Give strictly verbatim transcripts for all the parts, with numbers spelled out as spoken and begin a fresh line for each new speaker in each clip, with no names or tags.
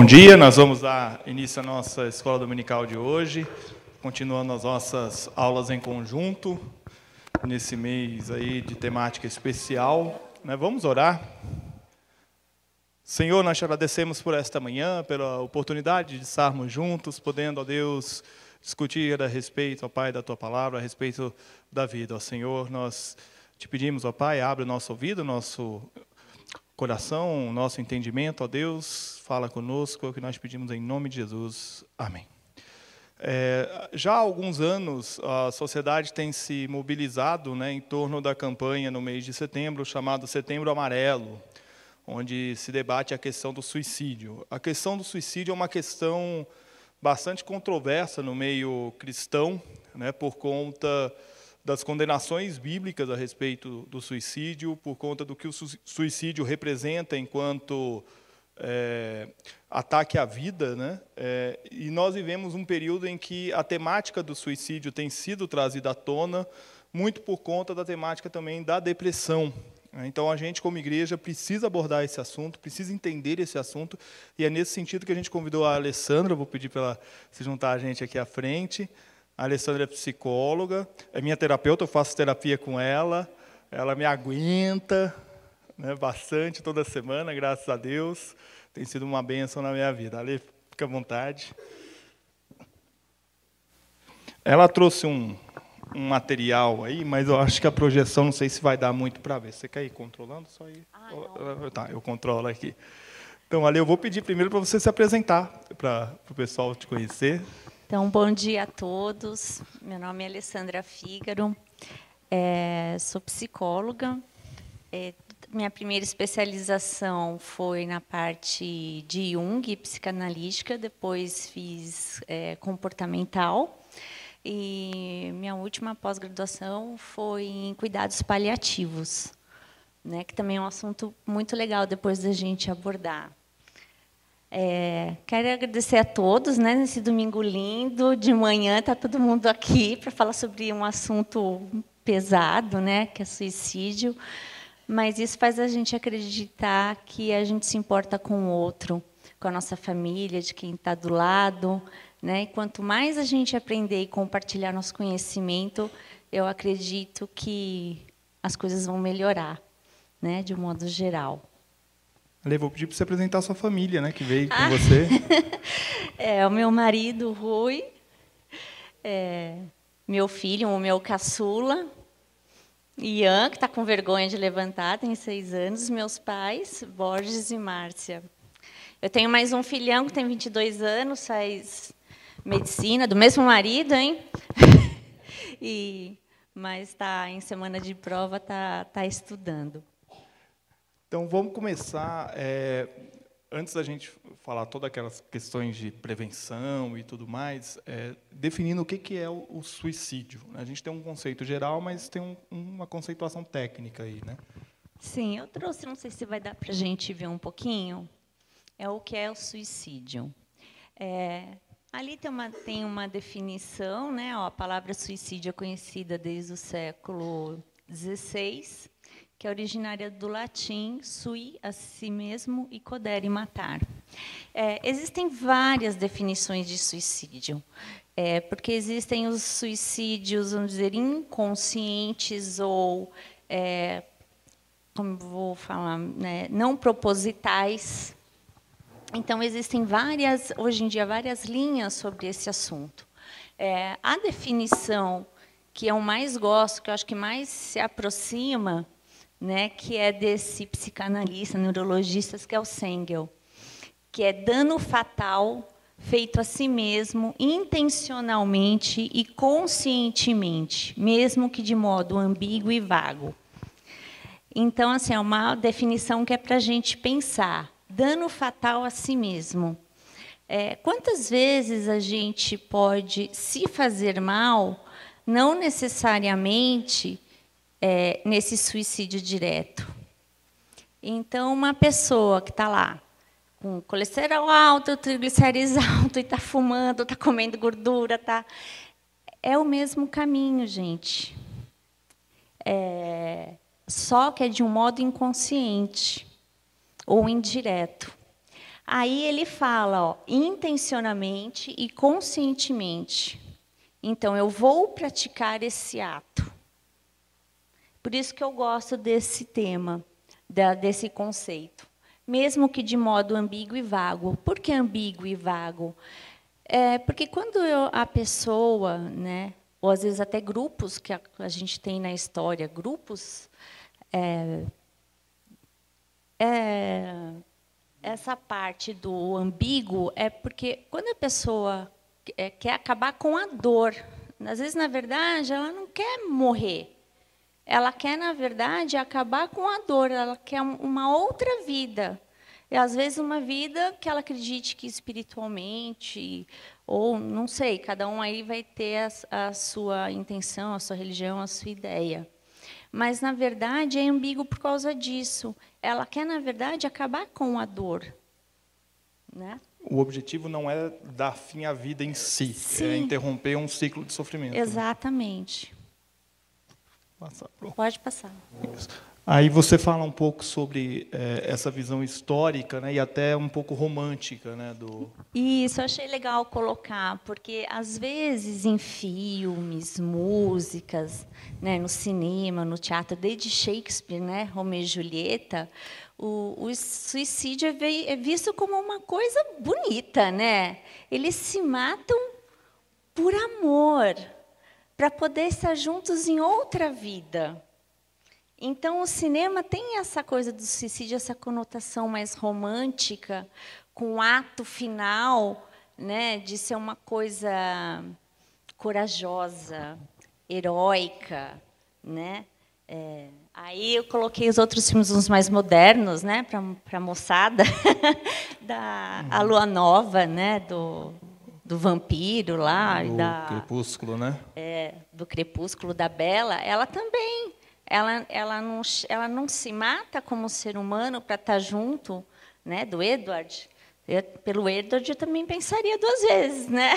Bom dia, nós vamos dar início à nossa escola dominical de hoje, continuando as nossas aulas em conjunto, nesse mês aí de temática especial. Né? Vamos orar. Senhor, nós te agradecemos por esta manhã, pela oportunidade de estarmos juntos, podendo, ó Deus, discutir a respeito, ó Pai, da Tua palavra, a respeito da vida. Ó Senhor, nós te pedimos, ó Pai, abre o nosso ouvido, nosso coração, nosso entendimento, ó Deus, fala conosco, é o que nós pedimos em nome de Jesus. Amém. É, já há alguns anos, a sociedade tem se mobilizado, né, em torno da campanha no mês de setembro, chamado Setembro Amarelo, onde se debate a questão do suicídio. A questão do suicídio é uma questão bastante controversa no meio cristão, né, por conta das condenações bíblicas a respeito do suicídio, por conta do que o suicídio representa enquanto é, ataque à vida, né? É, e nós vivemos um período em que a temática do suicídio tem sido trazida à tona, muito por conta da temática também da depressão. Então, a gente, como igreja, precisa abordar esse assunto, precisa entender esse assunto, e é nesse sentido que a gente convidou a Alessandra, vou pedir para ela se juntar a gente aqui à frente. A Alessandra é psicóloga, é minha terapeuta, eu faço terapia com ela, ela me aguenta, né, bastante toda semana, graças a Deus, tem sido uma bênção na minha vida. Ale, fica à vontade. Ela trouxe um, um material aí, mas eu acho que a projeção, não sei se vai dar muito para ver. Você quer ir controlando? Só ir? Ah, não. Tá, eu controlo aqui. Então, Ale, eu vou pedir primeiro para você se apresentar, para o pessoal te conhecer.
Então, bom dia a todos. Meu nome é Alessandra Fígaro, é, sou psicóloga. É, minha primeira especialização foi na parte de Jung, psicanalítica, depois fiz é, comportamental. E minha última pós-graduação foi em cuidados paliativos, né, que também é um assunto muito legal depois da gente abordar. É, quero agradecer a todos, né, nesse domingo lindo, de manhã está todo mundo aqui para falar sobre um assunto pesado, né, que é suicídio, mas isso faz a gente acreditar que a gente se importa com o outro, com a nossa família, de quem está do lado, né, e quanto mais a gente aprender e compartilhar nosso conhecimento, eu acredito que as coisas vão melhorar, né, de um modo geral.
Ale, vou pedir para você apresentar a sua família, né, que veio com
ah.
você.
É, o meu marido, Rui, é, meu filho, o meu caçula, Ian, que está com vergonha de levantar, tem seis anos, meus pais, Borges e Márcia. Eu tenho mais um filhão que tem vinte e dois anos, faz medicina, do mesmo marido, hein? e, mas está em semana de prova, está tá estudando.
Então, vamos começar, é, antes da gente falar todas aquelas questões de prevenção e tudo mais, é, definindo o que, que é o, o suicídio. A gente tem um conceito geral, mas tem um, uma conceituação técnica aí, né?
Sim, eu trouxe, não sei se vai dar para a gente ver um pouquinho, é o que é o suicídio. É, ali tem uma, tem uma definição, né? Ó, a palavra suicídio é conhecida desde o século dezesseis, que é originária do latim, sui, a si mesmo, e codere, matar. É, existem várias definições de suicídio, é, porque existem os suicídios, vamos dizer, inconscientes ou, é, como vou falar, né, não propositais. Então, existem várias, hoje em dia, várias linhas sobre esse assunto. É, a definição que eu mais gosto, que eu acho que mais se aproxima, né, que é desse psicanalista, neurologista, que é o Sengel, que é dano fatal feito a si mesmo, intencionalmente e conscientemente, mesmo que de modo ambíguo e vago. Então, assim, é uma definição que é para a gente pensar. Dano fatal a si mesmo. É, quantas vezes a gente pode se fazer mal, não necessariamente É, nesse suicídio direto. Então, uma pessoa que está lá com colesterol alto, triglicérides alto, e está fumando, está comendo gordura, tá, é o mesmo caminho, gente. É, só que é de um modo inconsciente ou indireto. Aí ele fala, ó, intencionalmente e conscientemente. Então, eu vou praticar esse ato. Por isso que eu gosto desse tema, da, desse conceito. Mesmo que de modo ambíguo e vago. Por que ambíguo e vago? É, porque quando eu, a pessoa, né, ou às vezes até grupos que a, a gente tem na história, grupos, é, é, essa parte do ambíguo é porque quando a pessoa é, quer acabar com a dor, às vezes, na verdade, ela não quer morrer. Ela quer, na verdade, acabar com a dor, ela quer uma outra vida. E, às vezes, uma vida que ela acredite que espiritualmente, ou não sei, cada um aí vai ter a, a sua intenção, a sua religião, a sua ideia. Mas, na verdade, é ambíguo por causa disso. Ela quer, na verdade, acabar com a dor. Né?
O objetivo não é dar fim à vida em si,
Sim.
é interromper um ciclo de sofrimento.
Exatamente.
Né? Passar pro...
Pode passar.
Isso. Aí você fala um pouco sobre é, essa visão histórica, né, e até um pouco romântica, né, do...
Isso, eu achei legal colocar, porque às vezes em filmes, músicas, né, no cinema, no teatro, desde Shakespeare, né, Romeu e Julieta, o, o suicídio é, é visto como uma coisa bonita, né? Eles se matam por amor, para poder estar juntos em outra vida. Então, o cinema tem essa coisa do suicídio, essa conotação mais romântica, com o ato final, né, de ser uma coisa corajosa, heróica, né? É, aí eu coloquei os outros filmes, uns mais modernos, né, para a moçada, da A Lua Nova, né, do, do vampiro lá,
do
da,
Crepúsculo, né?
É, do Crepúsculo da Bela, ela também. Ela, ela, não, ela não se mata como ser humano para estar junto, né, do Edward. Eu, pelo Edward, eu também pensaria duas vezes. Né?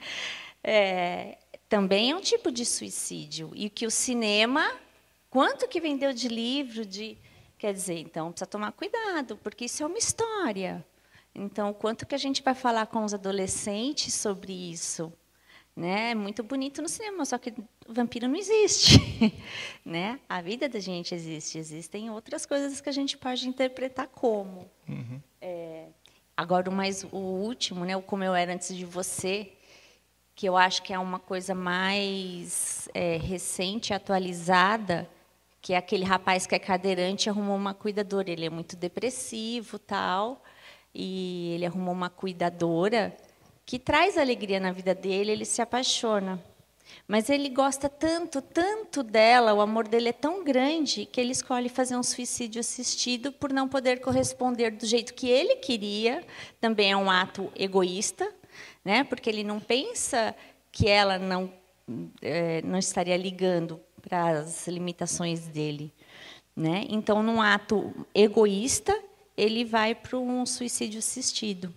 É, também é um tipo de suicídio. E que o cinema, quanto que vendeu de livro, de, quer dizer, então, precisa tomar cuidado, porque isso é uma história. Então, quanto que a gente vai falar com os adolescentes sobre isso? Né? É muito bonito no cinema, só que o vampiro não existe. Né? A vida da gente existe. Existem outras coisas que a gente pode interpretar como.
Uhum.
É, agora, o, mais, o último, né? O Como Eu Era Antes de Você, que eu acho que é uma coisa mais é, recente, atualizada, que é aquele rapaz que é cadeirante e arrumou uma cuidadora. Ele é muito depressivo, tal, e ele arrumou uma cuidadora que traz alegria na vida dele, ele se apaixona. Mas ele gosta tanto, tanto dela, o amor dele é tão grande, que ele escolhe fazer um suicídio assistido por não poder corresponder do jeito que ele queria. Também é um ato egoísta, né? Porque ele não pensa que ela não, é, não estaria ligando para as limitações dele. Né? Então, num ato egoísta, ele vai para um suicídio assistido.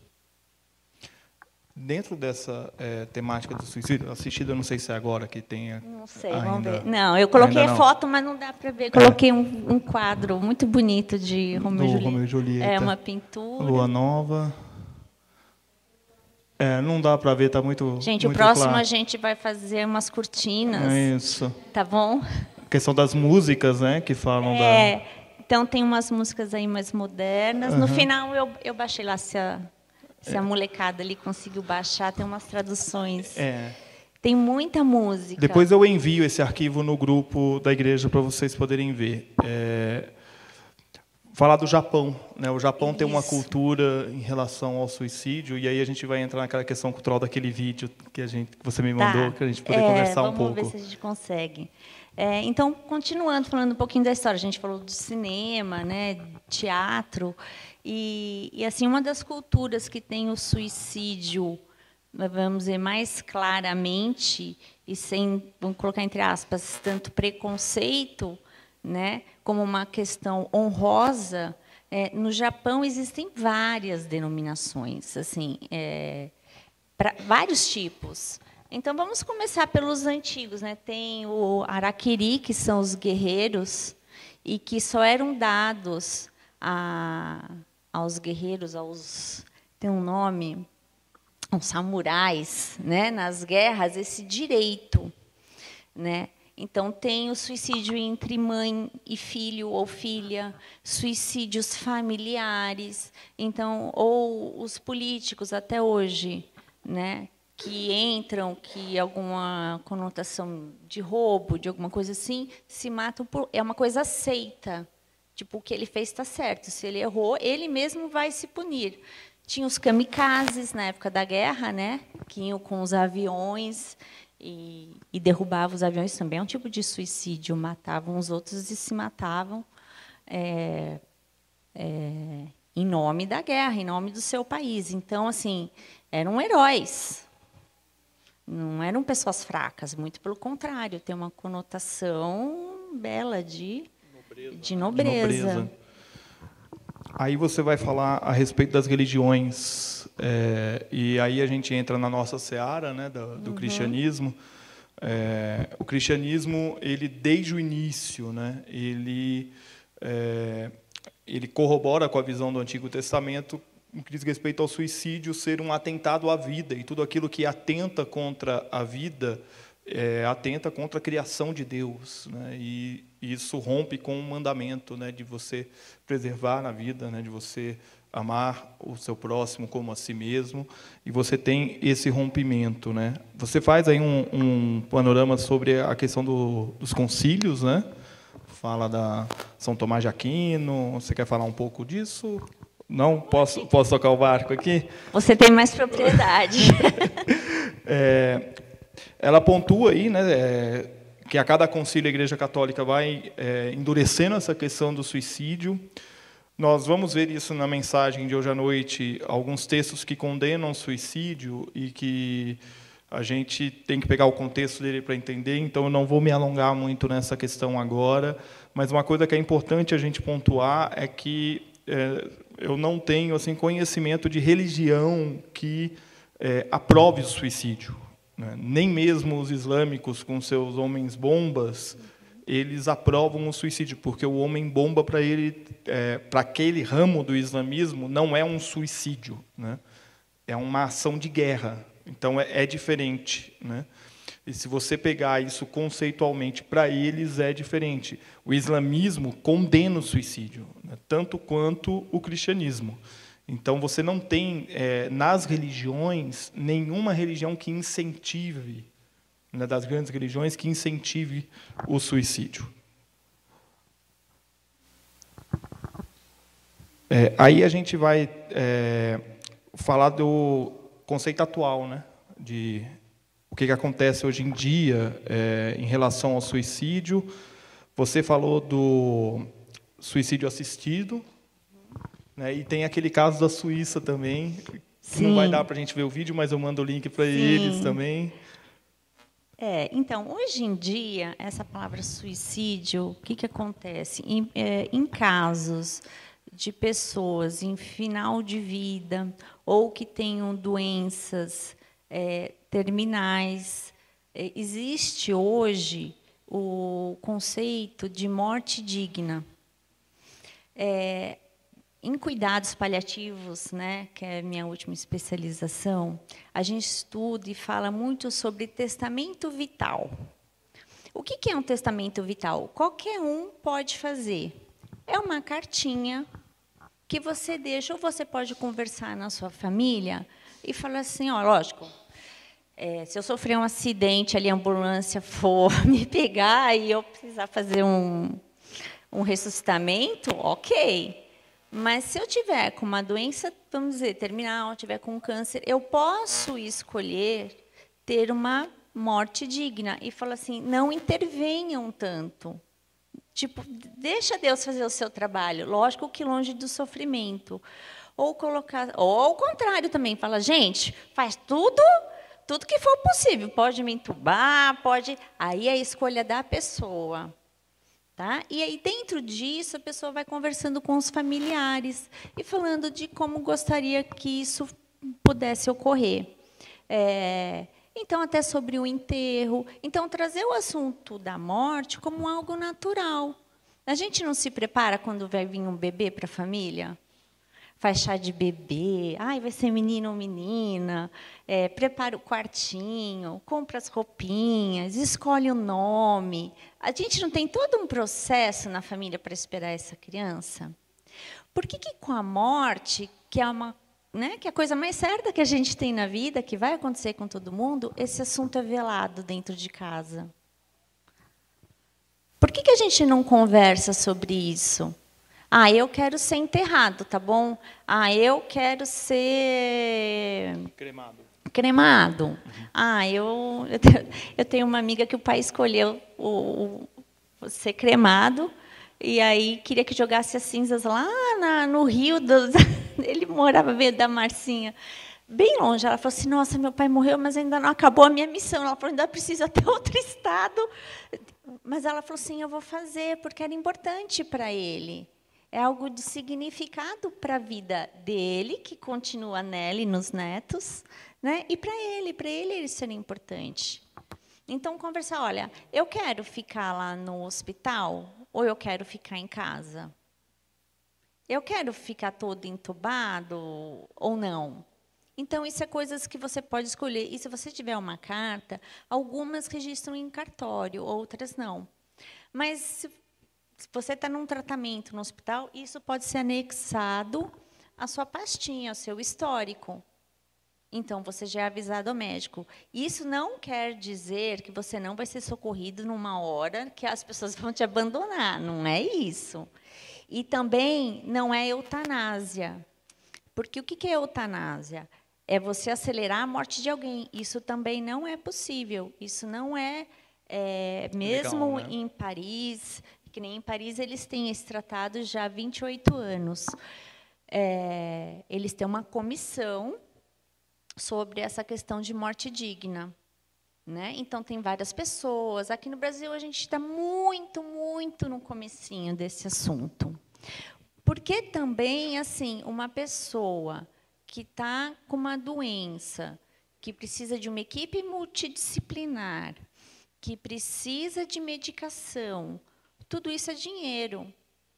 Dentro dessa é, temática do suicídio assistido, eu não sei se é agora que tenha.
Não sei,
ainda,
vamos ver. Não, eu coloquei
não.
foto, mas não dá para ver. Coloquei é. um, um quadro muito bonito de Romeu e Julieta.
Julieta.
É uma pintura.
Lua Nova. É, não dá para ver, está muito.
Gente,
muito
o próximo
claro.
A gente vai fazer umas cortinas.
É isso.
Tá bom?
A questão das músicas, né, que falam
é,
da.
Então tem umas músicas aí mais modernas. Uhum. No final eu, eu baixei lá se a Se a molecada ali conseguiu baixar, tem umas traduções.
É.
Tem muita música.
Depois eu envio esse arquivo no grupo da igreja para vocês poderem ver. É... Falar do Japão, né? O Japão Isso. tem uma cultura em relação ao suicídio, e aí a gente vai entrar naquela questão cultural daquele vídeo que a gente, que você me mandou, tá. que a gente poder é, conversar um pouco.
Vamos ver se a gente consegue. É, então, continuando falando um pouquinho da história, a gente falou do cinema, né, teatro. E, e assim, uma das culturas que tem o suicídio, vamos dizer, mais claramente, e sem, vamos colocar entre aspas, tanto preconceito, né, como uma questão honrosa, é, no Japão existem várias denominações, assim, é, pra, vários tipos. Então, vamos começar pelos antigos. Né? Tem o Harakiri, que são os guerreiros, e que só eram dados a... aos guerreiros, aos tem um nome, os samurais, né, nas guerras, esse direito, né? Então, tem o suicídio entre mãe e filho ou filha, suicídios familiares, então, ou os políticos até hoje, né, que entram, que alguma conotação de roubo, de alguma coisa assim, se matam por... É uma coisa aceita. Tipo, o que ele fez está certo. Se ele errou, ele mesmo vai se punir. Tinha os kamikazes na época da guerra, né, que iam com os aviões... E, e derrubavam os aviões também, é um tipo de suicídio, matavam os outros e se matavam é, é, em nome da guerra, em nome do seu país. Então, assim, eram heróis, não eram pessoas fracas, muito pelo contrário, tem uma conotação bela de nobreza. De nobreza.
De nobreza. Aí você vai falar a respeito das religiões, é, e aí a gente entra na nossa seara, né, do, do uhum. cristianismo. É, o cristianismo, ele desde o início, né, ele, é, ele corrobora com a visão do Antigo Testamento no que diz respeito ao suicídio ser um atentado à vida, e tudo aquilo que atenta contra a vida é, atenta contra a criação de Deus, né, e isso rompe com o mandamento, né, de você preservar na vida, né, de você amar o seu próximo como a si mesmo, e você tem esse rompimento, né? Você faz aí um, um panorama sobre a questão do, dos concílios, né? Fala da São Tomás de Aquino. Você quer falar um pouco disso? Não? Posso, posso tocar o barco aqui?
Você tem mais propriedade.
é, ela pontua aí, né? É, que a cada concílio a Igreja Católica vai é, endurecendo essa questão do suicídio. Nós vamos ver isso na mensagem de hoje à noite, alguns textos que condenam o suicídio e que a gente tem que pegar o contexto dele para entender, então eu não vou me alongar muito nessa questão agora, mas uma coisa que é importante a gente pontuar é que é, eu não tenho assim, conhecimento de religião que é, aprove o suicídio. Nem mesmo os islâmicos, com seus homens-bombas, eles aprovam o suicídio, porque o homem-bomba, para ele, é, para aquele ramo do islamismo, não é um suicídio, né? É uma ação de guerra. Então, é, é diferente, né? E se você pegar isso conceitualmente, para eles é diferente. O islamismo condena o suicídio, né? Tanto quanto o cristianismo. Então, você não tem, é, nas religiões, nenhuma religião que incentive, né, das grandes religiões, que incentive o suicídio. É, aí a gente vai é, falar do conceito atual, né, de o que, que acontece hoje em dia é, em relação ao suicídio. Você falou do suicídio assistido, né, e tem aquele caso da Suíça também, que Sim. não vai dar para a gente ver o vídeo, mas eu mando o link para eles também.
É, então, hoje em dia, essa palavra suicídio, o que, que acontece? Em, é, em casos de pessoas em final de vida ou que tenham doenças é, terminais, é, existe hoje o conceito de morte digna. É, Em cuidados paliativos, né, que é a minha última especialização, a gente estuda e fala muito sobre testamento vital. O que é um testamento vital? Qualquer um pode fazer. É uma cartinha que você deixa, ou você pode conversar na sua família e falar assim, ó, lógico, é, se eu sofrer um acidente, ali a ambulância for me pegar e eu precisar fazer um, um ressuscitamento, ok. Mas se eu tiver com uma doença, vamos dizer, terminal, tiver com câncer, eu posso escolher ter uma morte digna e falar assim, não intervenham tanto. Tipo, deixa Deus fazer o seu trabalho, lógico que longe do sofrimento. Ou colocar, ou ao contrário também, fala, gente, faz tudo, tudo que for possível, pode me entubar, pode, aí é a escolha da pessoa. Tá? E aí, dentro disso, a pessoa vai conversando com os familiares e falando de como gostaria que isso pudesse ocorrer. É, então, até sobre o enterro. Então, trazer o assunto da morte como algo natural. A gente não se prepara quando vai vir um bebê para a família? faz chá de bebê, ai, vai ser menino ou menina, é, prepara o quartinho, compra as roupinhas, escolhe o nome. A gente não tem todo um processo na família para esperar essa criança? Por que, que com a morte, que é uma, né, que é a coisa mais certa que a gente tem na vida, que vai acontecer com todo mundo, esse assunto é velado dentro de casa? Por que, que a gente não conversa sobre isso? Ah, eu quero ser enterrado, tá bom? Ah, eu quero ser...
Cremado.
Cremado. Uhum. Ah, eu, eu, tenho, eu tenho uma amiga que o pai escolheu o, o, ser cremado, e aí queria que jogasse as cinzas lá na, no rio. Dos, ele morava meio da Marcinha, bem longe. Ela falou assim, nossa, meu pai morreu, mas ainda não acabou a minha missão. Ela falou, ainda preciso até outro estado. Mas ela falou assim, eu vou fazer, porque era importante para ele. É algo de significado para a vida dele, que continua nela e nos netos, né? E para ele, para ele isso era importante. Então, conversar, olha, eu quero ficar lá no hospital ou eu quero ficar em casa? Eu quero ficar todo entubado ou não? Então, isso é coisas que você pode escolher. E se você tiver uma carta, algumas registram em cartório, outras não. Mas se Se você está num tratamento no hospital, isso pode ser anexado à sua pastinha, ao seu histórico. Então, você já é avisado ao médico. Isso não quer dizer que você não vai ser socorrido numa hora que as pessoas vão te abandonar. Não é isso. E também não é eutanásia. Porque o que é eutanásia? É você acelerar a morte de alguém. Isso também não é possível. Isso não é, é mesmo legal, né? Em Paris... Que nem em Paris, eles têm esse tratado já há vinte e oito anos. É, eles têm uma comissão sobre essa questão de morte digna. Né? Então, tem várias pessoas. Aqui no Brasil, a gente está muito, muito no comecinho desse assunto. Porque também, assim, uma pessoa que está com uma doença, que precisa de uma equipe multidisciplinar, que precisa de medicação, tudo isso é dinheiro.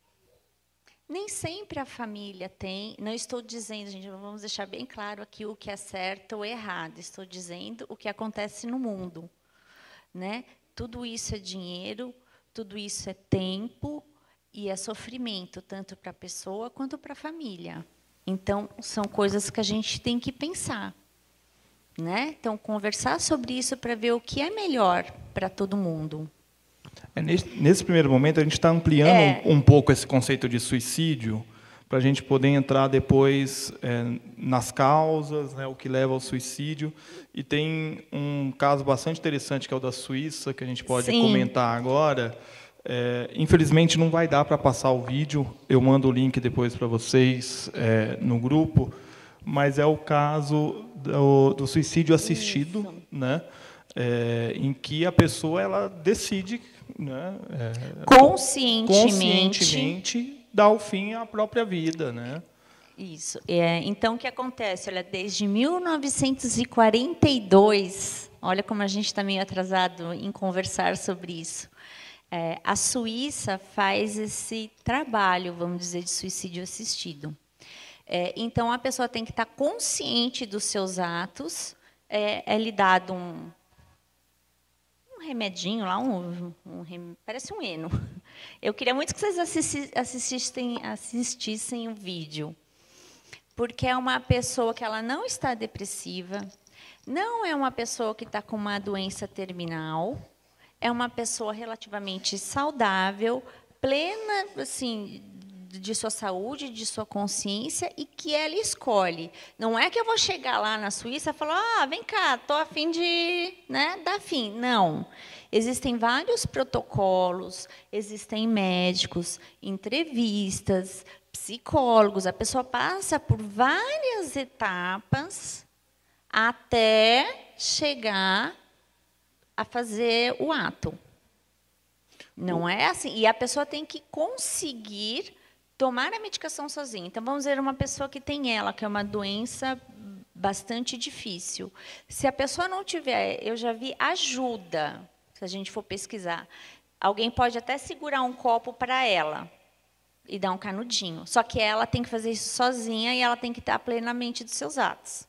Nem sempre a família tem... Não estou dizendo, gente, vamos deixar bem claro aqui o que é certo ou errado. Estou dizendo o que acontece no mundo. Né? Tudo isso é dinheiro, tudo isso é tempo e é sofrimento, tanto para a pessoa quanto para a família. Então, são coisas que a gente tem que pensar. Né? Então, conversar sobre isso para ver o que é melhor para todo mundo.
É, nesse, nesse primeiro momento, a gente está ampliando é. um, um pouco esse conceito de suicídio, para a gente poder entrar depois é, nas causas, né, o que leva ao suicídio. E tem um caso bastante interessante, que é o da Suíça, que a gente pode Sim. comentar agora. É, infelizmente, não vai dar para passar o vídeo. Eu mando o link depois para vocês é, no grupo. Mas é o caso do, do suicídio assistido, né, é, em que a pessoa ela decide... Né, é,
conscientemente,
conscientemente dar o fim à própria vida, né?
Isso. É, então, o que acontece? Olha, desde mil novecentos e quarenta e dois, olha como a gente está meio atrasado em conversar sobre isso. É, a Suíça faz esse trabalho, vamos dizer, de suicídio assistido. É, então, a pessoa tem que estar consciente dos seus atos. É, é lhe dado um um remedinho lá, um, um, um, parece um eno. Eu queria muito que vocês assisti, assistissem, assistissem o vídeo, porque é uma pessoa que ela não está depressiva, não é uma pessoa que está com uma doença terminal, é uma pessoa relativamente saudável, plena, assim, de sua saúde, de sua consciência, e que ela escolhe. Não é que eu vou chegar lá na Suíça e falar, ah, vem cá, estou a fim de, né, dar fim. Não. Existem vários protocolos, existem médicos, entrevistas, psicólogos. A pessoa passa por várias etapas até chegar a fazer o ato. Não é assim. E a pessoa tem que conseguir tomar a medicação sozinha. Então, vamos ver uma pessoa que tem ela, que é uma doença bastante difícil. Se a pessoa não tiver, eu já vi ajuda, se a gente for pesquisar. Alguém pode até segurar um copo para ela. e dá um canudinho. Só que ela tem que fazer isso sozinha e ela tem que estar plenamente dos seus atos.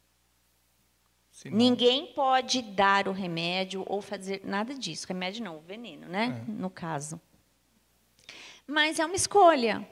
Senão... Ninguém pode dar o remédio ou fazer nada disso. Remédio não, o veneno, né? É. No caso. Mas é uma escolha.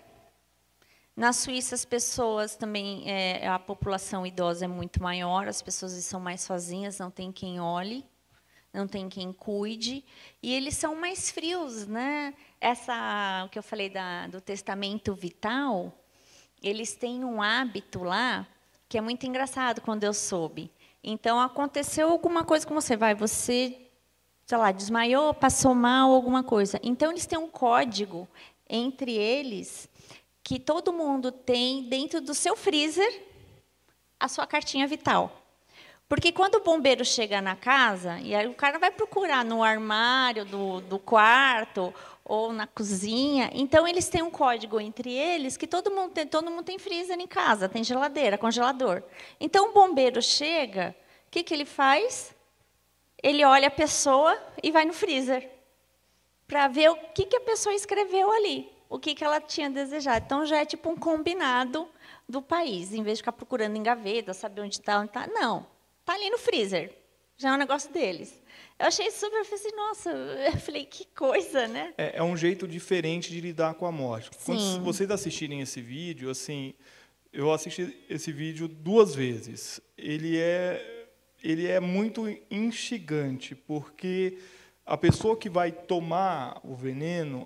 Na Suíça, as pessoas também, é, a população idosa é muito maior, as pessoas são mais sozinhas, não tem quem olhe, não tem quem cuide, e eles são mais frios, né? Essa, o que eu falei da, do testamento vital, eles têm um hábito lá que é muito engraçado quando eu soube. Então, aconteceu alguma coisa com você, vai, você, sei lá, desmaiou, passou mal, alguma coisa. Então, eles têm um código entre eles que todo mundo tem dentro do seu freezer a sua cartinha vital. Porque quando o bombeiro chega na casa, e aí o cara vai procurar no armário do, do quarto ou na cozinha, então eles têm um código entre eles que todo mundo tem, todo mundo tem freezer em casa, tem geladeira, congelador. Então o bombeiro chega, o que, que ele faz? Ele olha a pessoa e vai no freezer para ver o que, que a pessoa escreveu ali, o que, que ela tinha desejado. Então já é tipo um combinado do país, em vez de ficar procurando em gaveta, saber onde está, onde está. Não. Está ali no freezer. Já é um negócio deles. Eu achei super... Eu falei assim, nossa, eu falei, que coisa, né?
É, é um jeito diferente de lidar com a morte.
Sim.
Quando vocês assistirem esse vídeo, assim, eu assisti esse vídeo duas vezes. Ele é, ele é muito instigante, porque a pessoa que vai tomar o veneno,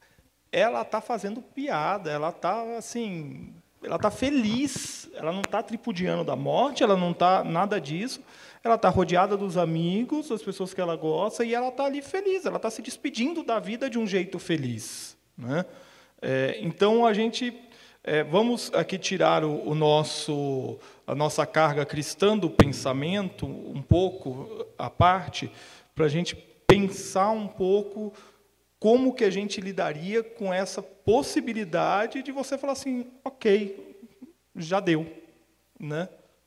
ela está fazendo piada, ela está, assim... Ela está feliz, ela não está tripudiando da morte, ela não está nada disso. Ela está rodeada dos amigos, das pessoas que ela gosta, e ela está ali feliz, ela está se despedindo da vida de um jeito feliz, né? É, então, a gente... É, vamos aqui tirar o, o nosso, a nossa carga cristã do pensamento, um pouco à parte, para a gente pensar um pouco... como que a gente lidaria com essa possibilidade de você falar assim, ok, já deu, né?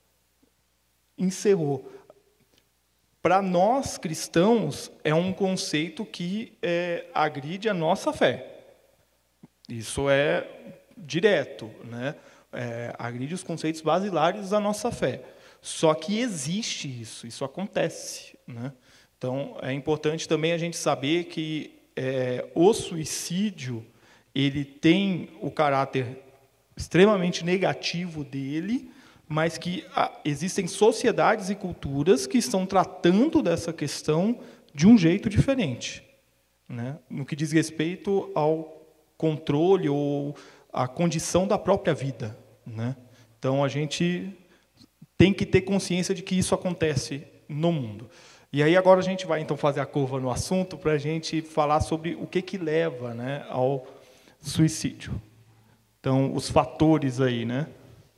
Encerrou. Para nós, cristãos, é um conceito que é, agride a nossa fé. Isso é direto, né? É, agride os conceitos basilares da nossa fé. Só que existe isso, isso acontece, né? Então, é importante também a gente saber que É, o suicídio ele tem o caráter extremamente negativo dele, mas que ah, existem sociedades e culturas que estão tratando dessa questão de um jeito diferente, né? No que diz respeito ao controle ou à condição da própria vida, né? Então, a gente tem que ter consciência de que isso acontece no mundo. E aí agora a gente vai então fazer a curva no assunto para a gente falar sobre o que que leva, né, ao suicídio. Então, os fatores aí, né?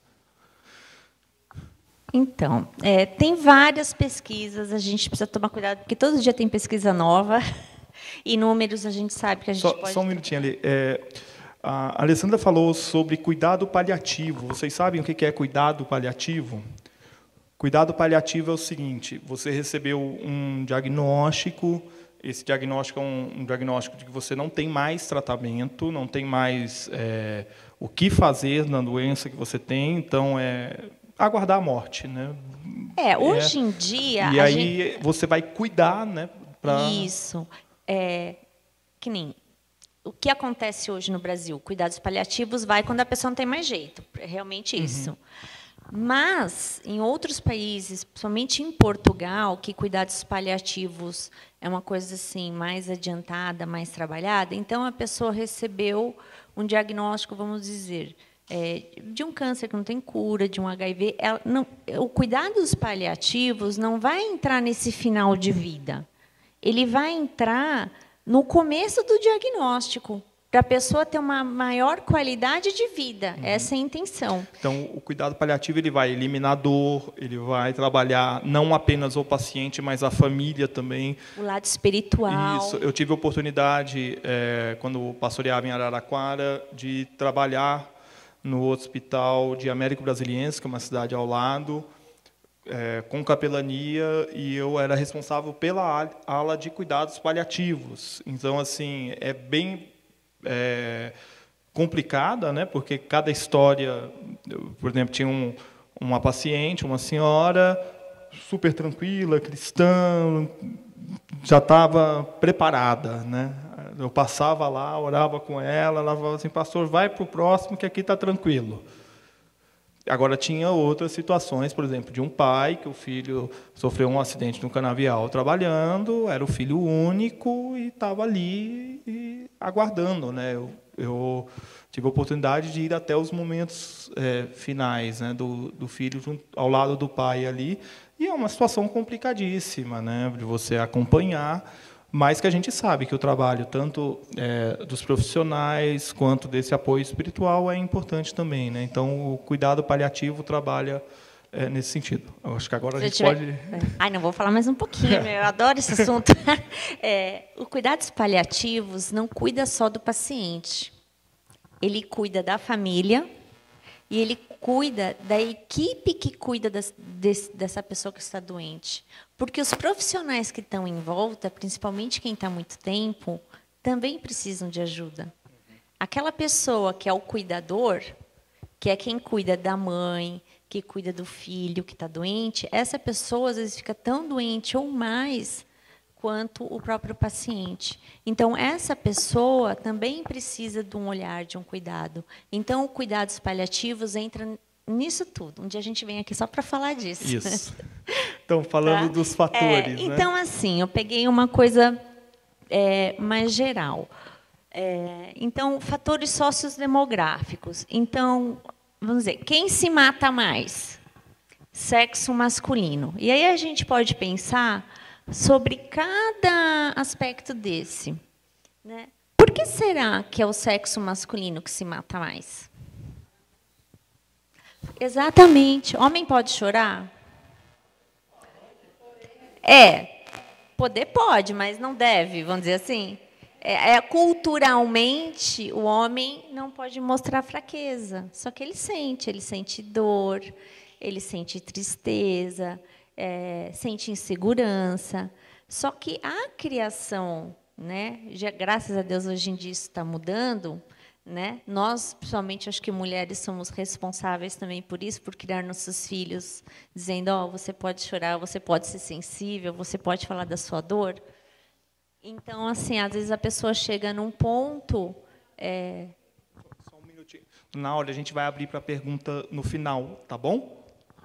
Então, é, tem várias pesquisas, a gente precisa tomar cuidado, porque todo dia tem pesquisa nova, e números a gente sabe que a gente
só,
pode...
Só um minutinho ali. É, a Alessandra falou sobre cuidado paliativo. Vocês sabem o que é cuidado paliativo? Cuidado paliativo é o seguinte, você recebeu um diagnóstico, esse diagnóstico é um, um diagnóstico de que você não tem mais tratamento, não tem mais é, o que fazer na doença que você tem, então é aguardar a morte, né?
É, hoje é, em dia...
E aí
gente...
você vai cuidar, né? Pra...
Isso. É, que nem... O que acontece hoje no Brasil? Cuidados paliativos vai quando a pessoa não tem mais jeito, é realmente isso. Uhum. Mas, em outros países, principalmente em Portugal, que cuidados paliativos é uma coisa assim mais adiantada, mais trabalhada, então a pessoa recebeu um diagnóstico, vamos dizer, é, de um câncer que não tem cura, de um H I V. Ela não, o cuidados paliativos não vai entrar nesse final de vida. Ele vai entrar no começo do diagnóstico, para a pessoa ter uma maior qualidade de vida. Uhum. Essa é a intenção.
Então, o cuidado paliativo ele vai eliminar a dor, ele vai trabalhar não apenas o paciente, mas a família também.
O lado espiritual.
Isso. Eu tive a oportunidade, é, quando pastoreava em Araraquara, de trabalhar no Hospital de Américo Brasiliense, que é uma cidade ao lado, é, com capelania, e eu era responsável pela ala de cuidados paliativos. Então, assim, é bem... É, complicada, né? Porque cada história, por exemplo, tinha um, uma paciente, uma senhora super tranquila, cristã, já estava preparada, né? Eu passava lá, orava com ela, ela falava assim, pastor, vai para o próximo que aqui está tranquilo. Agora, tinha outras situações, por exemplo, de um pai que o filho sofreu um acidente no canavial trabalhando, era o filho único e estava ali e aguardando, né? Eu, eu tive a oportunidade de ir até os momentos é, finais, né, do, do filho junto, ao lado do pai ali, e é uma situação complicadíssima, né, de você acompanhar, mas que a gente sabe que o trabalho, tanto é, dos profissionais quanto desse apoio espiritual, é importante também, né? Então, o cuidado paliativo trabalha é, nesse sentido. Eu acho que agora a gente
tiver...
pode...
Ai, não, vou falar mais um pouquinho, eu adoro esse assunto. É, o cuidados paliativos não cuida só do paciente. Ele cuida da família e ele cuida da equipe que cuida das, desse, dessa pessoa que está doente. Porque os profissionais que estão em volta, principalmente quem está há muito tempo, também precisam de ajuda. Aquela pessoa que é o cuidador, que é quem cuida da mãe, que cuida do filho que está doente, essa pessoa, às vezes, fica tão doente ou mais quanto o próprio paciente. Então, essa pessoa também precisa de um olhar, de um cuidado. Então, o cuidados paliativos entra nisso tudo. Um dia a gente vem aqui só para falar disso.
Isso. Então, falando tá? dos fatores.
É, então, né? assim, eu peguei uma coisa é, mais geral. É, então, fatores sociodemográficos. Então, vamos dizer, quem se mata mais? Sexo masculino. E aí a gente pode pensar sobre cada aspecto desse, né? Por que será que é o sexo masculino que se mata mais? Exatamente. Homem pode chorar? É. Poder pode, mas não deve, vamos dizer assim. É, é, culturalmente, o homem não pode mostrar fraqueza. Só que ele sente. Ele sente dor, ele sente tristeza, É, sente insegurança. Só que a criação, né, já, graças a Deus, hoje em dia isso está mudando, né? Nós, principalmente, acho que mulheres somos responsáveis também por isso, por criar nossos filhos, dizendo, ó, oh, você pode chorar, você pode ser sensível, você pode falar da sua dor. Então, assim, às vezes a pessoa chega num ponto... É...
Só um minutinho. Na hora, a gente vai abrir para a pergunta no final, tá bom?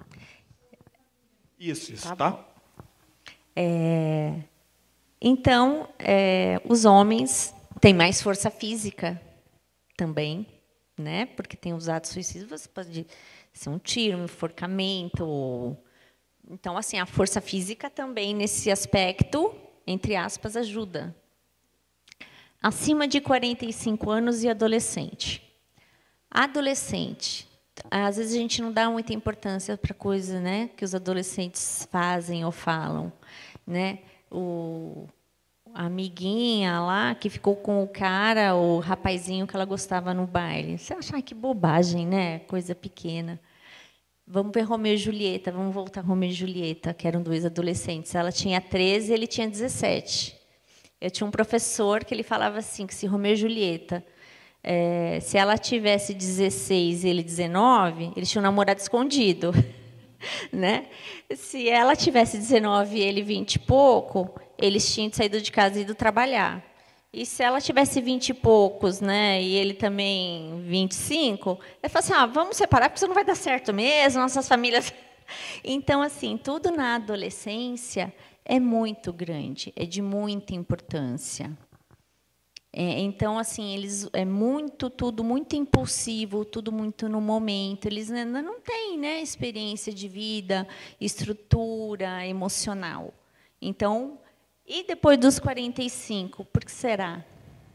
Isso, isso, tá? tá?
É, então, é, os homens têm mais força física também, né? Porque tem os atos suicidas, você pode ser um tiro, um enforcamento. Ou... Então, assim, a força física também, nesse aspecto, entre aspas, ajuda. Acima de quarenta e cinco anos e adolescente. Adolescente. Às vezes a gente não dá muita importância para coisas, né, que os adolescentes fazem ou falam, né? O a amiguinha lá que ficou com o cara, o rapazinho que ela gostava no baile. Você acha, ai, que bobagem, né? Coisa pequena. Vamos ver Romeu e Julieta, vamos voltar a Romeu e Julieta, que eram dois adolescentes. Ela tinha treze, ele tinha dezessete. Eu tinha um professor que ele falava assim, que se Romeu e Julieta É, se ela tivesse dezesseis e ele dezenove, eles tinham um namorado escondido. Né? Se ela tivesse dezenove e ele vinte e pouco, eles tinham saído de casa e ido trabalhar. E se ela tivesse vinte e poucos, né, e ele também vinte e cinco, ele falou assim, ah, vamos separar, porque isso não vai dar certo mesmo, nossas famílias... Então, assim, tudo na adolescência é muito grande, é de muita importância. É, então, assim, eles é muito, tudo muito impulsivo, tudo muito no momento. Eles ainda não têm, né, experiência de vida, estrutura emocional. Então, e depois dos quarenta e cinco, por que será?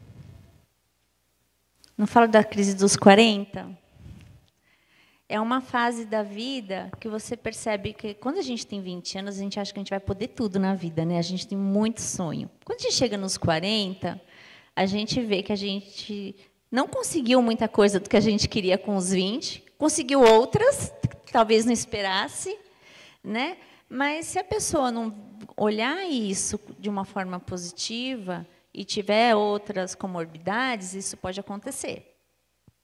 Não falo da crise dos quarenta? É uma fase da vida que você percebe que, quando a gente tem vinte anos, a gente acha que a gente vai poder tudo na vida, né? A gente tem muito sonho. Quando a gente chega nos quarenta... a gente vê que a gente não conseguiu muita coisa do que a gente queria com os vinte, conseguiu outras, que talvez não esperasse, né? Mas se a pessoa não olhar isso de uma forma positiva e tiver outras comorbidades, isso pode acontecer.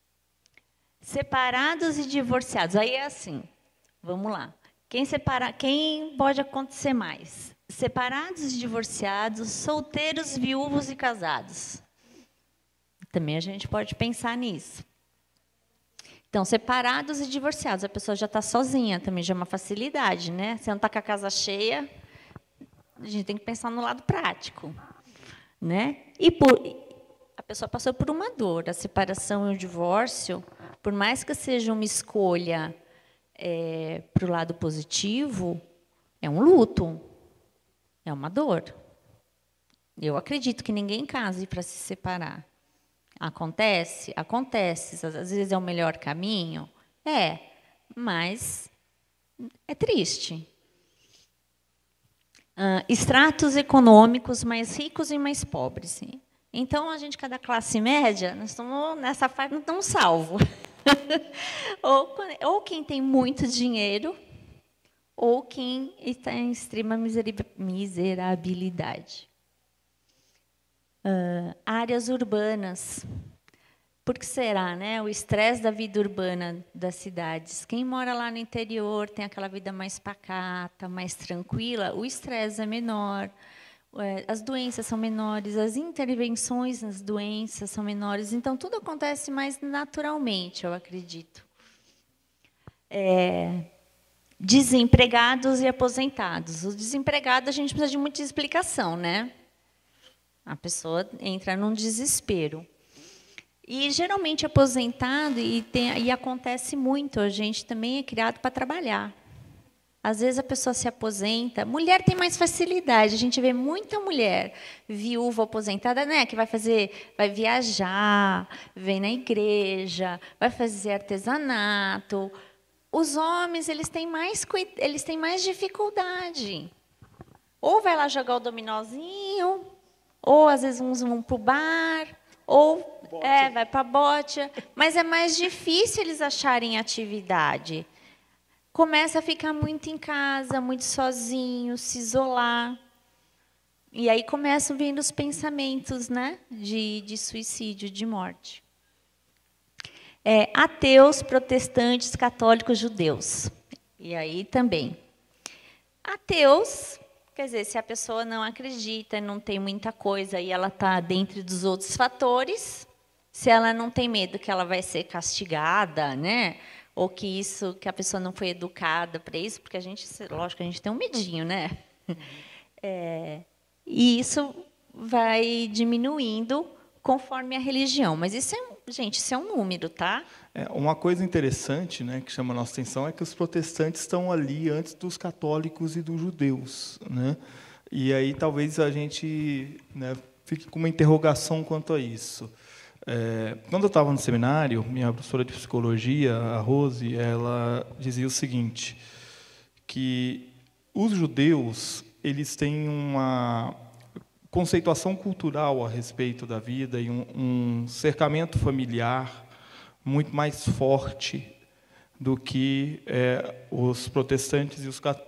Separados e divorciados. Aí é assim, vamos lá. Quem, separa, quem pode acontecer mais? Separados e divorciados, solteiros, viúvos e casados. Também a gente pode pensar nisso. Então, separados e divorciados, a pessoa já está sozinha, também já é uma facilidade, né? Você não está com a casa cheia, a gente tem que pensar no lado prático, né? E por, a pessoa passou por uma dor, a separação e o divórcio, por mais que seja uma escolha é, para o lado positivo, é um luto, é uma dor. Eu acredito que ninguém case para se separar. Acontece? Acontece. Às vezes é o melhor caminho? É, mas é triste. Uh, estratos econômicos mais ricos e mais pobres. Sim. Então, a gente, cada classe média, nós estamos nessa fase, não estamos salvos. ou, ou quem tem muito dinheiro, ou quem está em extrema miserabilidade. Uh, áreas urbanas. Por que será, né? O estresse da vida urbana das cidades. Quem mora lá no interior tem aquela vida mais pacata, mais tranquila, o estresse é menor, as doenças são menores, as intervenções nas doenças são menores, então tudo acontece mais naturalmente, eu acredito. É, desempregados e aposentados. Os desempregados, a gente precisa de muita explicação, né? A pessoa entra num desespero. E, geralmente, aposentado, e, tem, e acontece muito, a gente também é criado para trabalhar. Às vezes, a pessoa se aposenta. Mulher tem mais facilidade. A gente vê muita mulher viúva aposentada, né, que vai fazer, vai viajar, vem na igreja, vai fazer artesanato. Os homens, eles têm mais, eles têm mais dificuldade. Ou vai lá jogar o dominózinho, ou, às vezes, uns vão para o bar, ou é, vai para a bote. Mas é mais difícil eles acharem atividade. Começa a ficar muito em casa, muito sozinho, se isolar. E aí começam vindo os pensamentos, né, de, de suicídio, de morte. É, ateus, protestantes, católicos, judeus. E aí também. Ateus... Quer dizer, se a pessoa não acredita, não tem muita coisa e ela está dentro dos outros fatores, se ela não tem medo que ela vai ser castigada, né? Ou que isso, que a pessoa não foi educada para isso, porque a gente, lógico, a gente tem um medinho, né? É, e isso vai diminuindo conforme a religião. Mas isso é, gente, isso é um número, tá?
É, uma coisa interessante, né, que chama a nossa atenção é que os protestantes estão ali antes dos católicos e dos judeus, né? E aí talvez a gente, né, fique com uma interrogação quanto a isso. É, quando eu estava no seminário, minha professora de psicologia, a Rose, ela dizia o seguinte, que os judeus, eles têm uma conceituação cultural a respeito da vida e um, um cercamento familiar muito mais forte do que é, os protestantes e os católicos.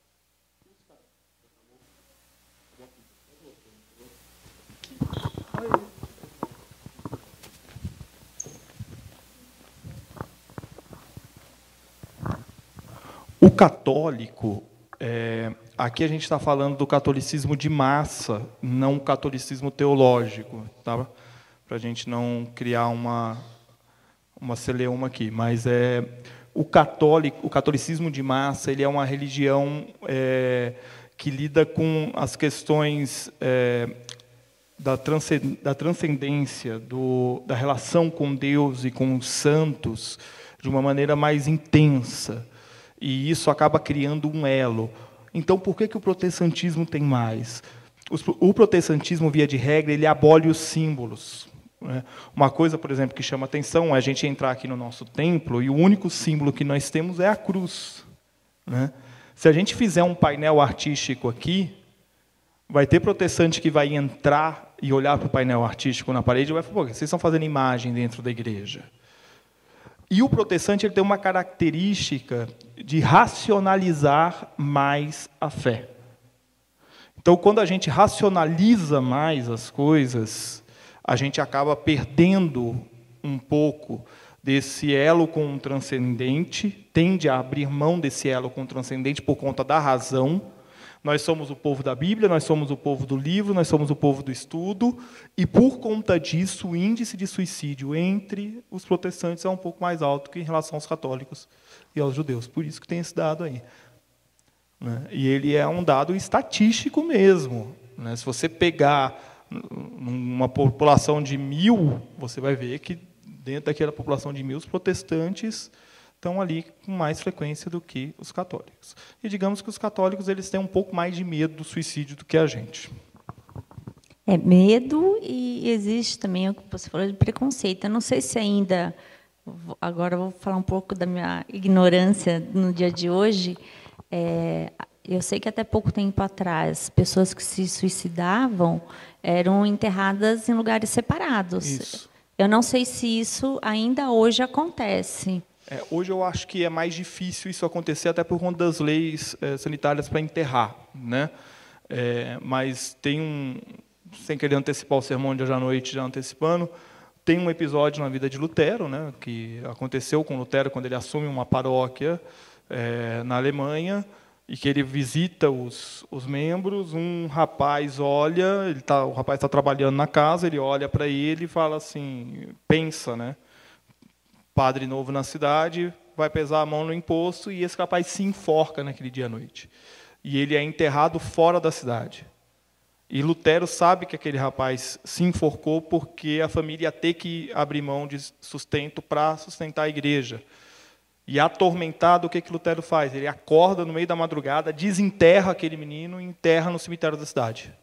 O católico, é, aqui a gente está falando do catolicismo de massa, não o catolicismo teológico, tá? Para a gente não criar uma... uma celeuma aqui, mas é o católico, o catolicismo de massa, ele é uma religião é, que lida com as questões é, da, transcend, da transcendência, do, da relação com Deus e com os santos de uma maneira mais intensa, e isso acaba criando um elo. Então, por que que o protestantismo tem mais? O protestantismo, via de regra, ele abole os símbolos. Uma coisa, por exemplo, que chama atenção é a gente entrar aqui no nosso templo e o único símbolo que nós temos é a cruz. Se a gente fizer um painel artístico aqui, vai ter protestante que vai entrar e olhar para o painel artístico na parede e vai falar, pô, vocês estão fazendo imagem dentro da igreja. E o protestante ele tem uma característica de racionalizar mais a fé. Então, quando a gente racionaliza mais as coisas, a gente acaba perdendo um pouco desse elo com o transcendente, tende a abrir mão desse elo com o transcendente por conta da razão. Nós somos o povo da Bíblia, nós somos o povo do livro, nós somos o povo do estudo, e, por conta disso, o índice de suicídio entre os protestantes é um pouco mais alto que em relação aos católicos e aos judeus. Por isso que tem esse dado aí. E ele é um dado estatístico mesmo. Se você pegar uma população de mil, você vai ver que, dentro daquela população de mil, os protestantes estão ali com mais frequência do que os católicos. E digamos que os católicos eles têm um pouco mais de medo do suicídio do que a gente.
É medo, e existe também o que você falou de preconceito. Eu não sei se ainda, agora eu vou falar um pouco da minha ignorância no dia de hoje. É, eu sei que até pouco tempo atrás, pessoas que se suicidavam eram enterradas em lugares separados.
Isso.
Eu não sei se isso ainda hoje acontece.
É, hoje eu acho que é mais difícil isso acontecer, até por conta das leis é, sanitárias para enterrar, né? É, mas tem um, sem querer antecipar o sermão de hoje à noite, já antecipando, tem um episódio na vida de Lutero, né, que aconteceu com Lutero quando ele assume uma paróquia é, na Alemanha, e que ele visita os, os membros. Um rapaz olha, ele tá, o rapaz está trabalhando na casa, ele olha para ele e fala assim, pensa, né? Padre novo na cidade, vai pesar a mão no imposto, e esse rapaz se enforca naquele dia à noite. E ele é enterrado fora da cidade. E Lutero sabe que aquele rapaz se enforcou porque a família ia ter que abrir mão de sustento para sustentar a igreja. E atormentado, o que que Lutero faz? Ele acorda no meio da madrugada, desenterra aquele menino e enterra no cemitério da cidade.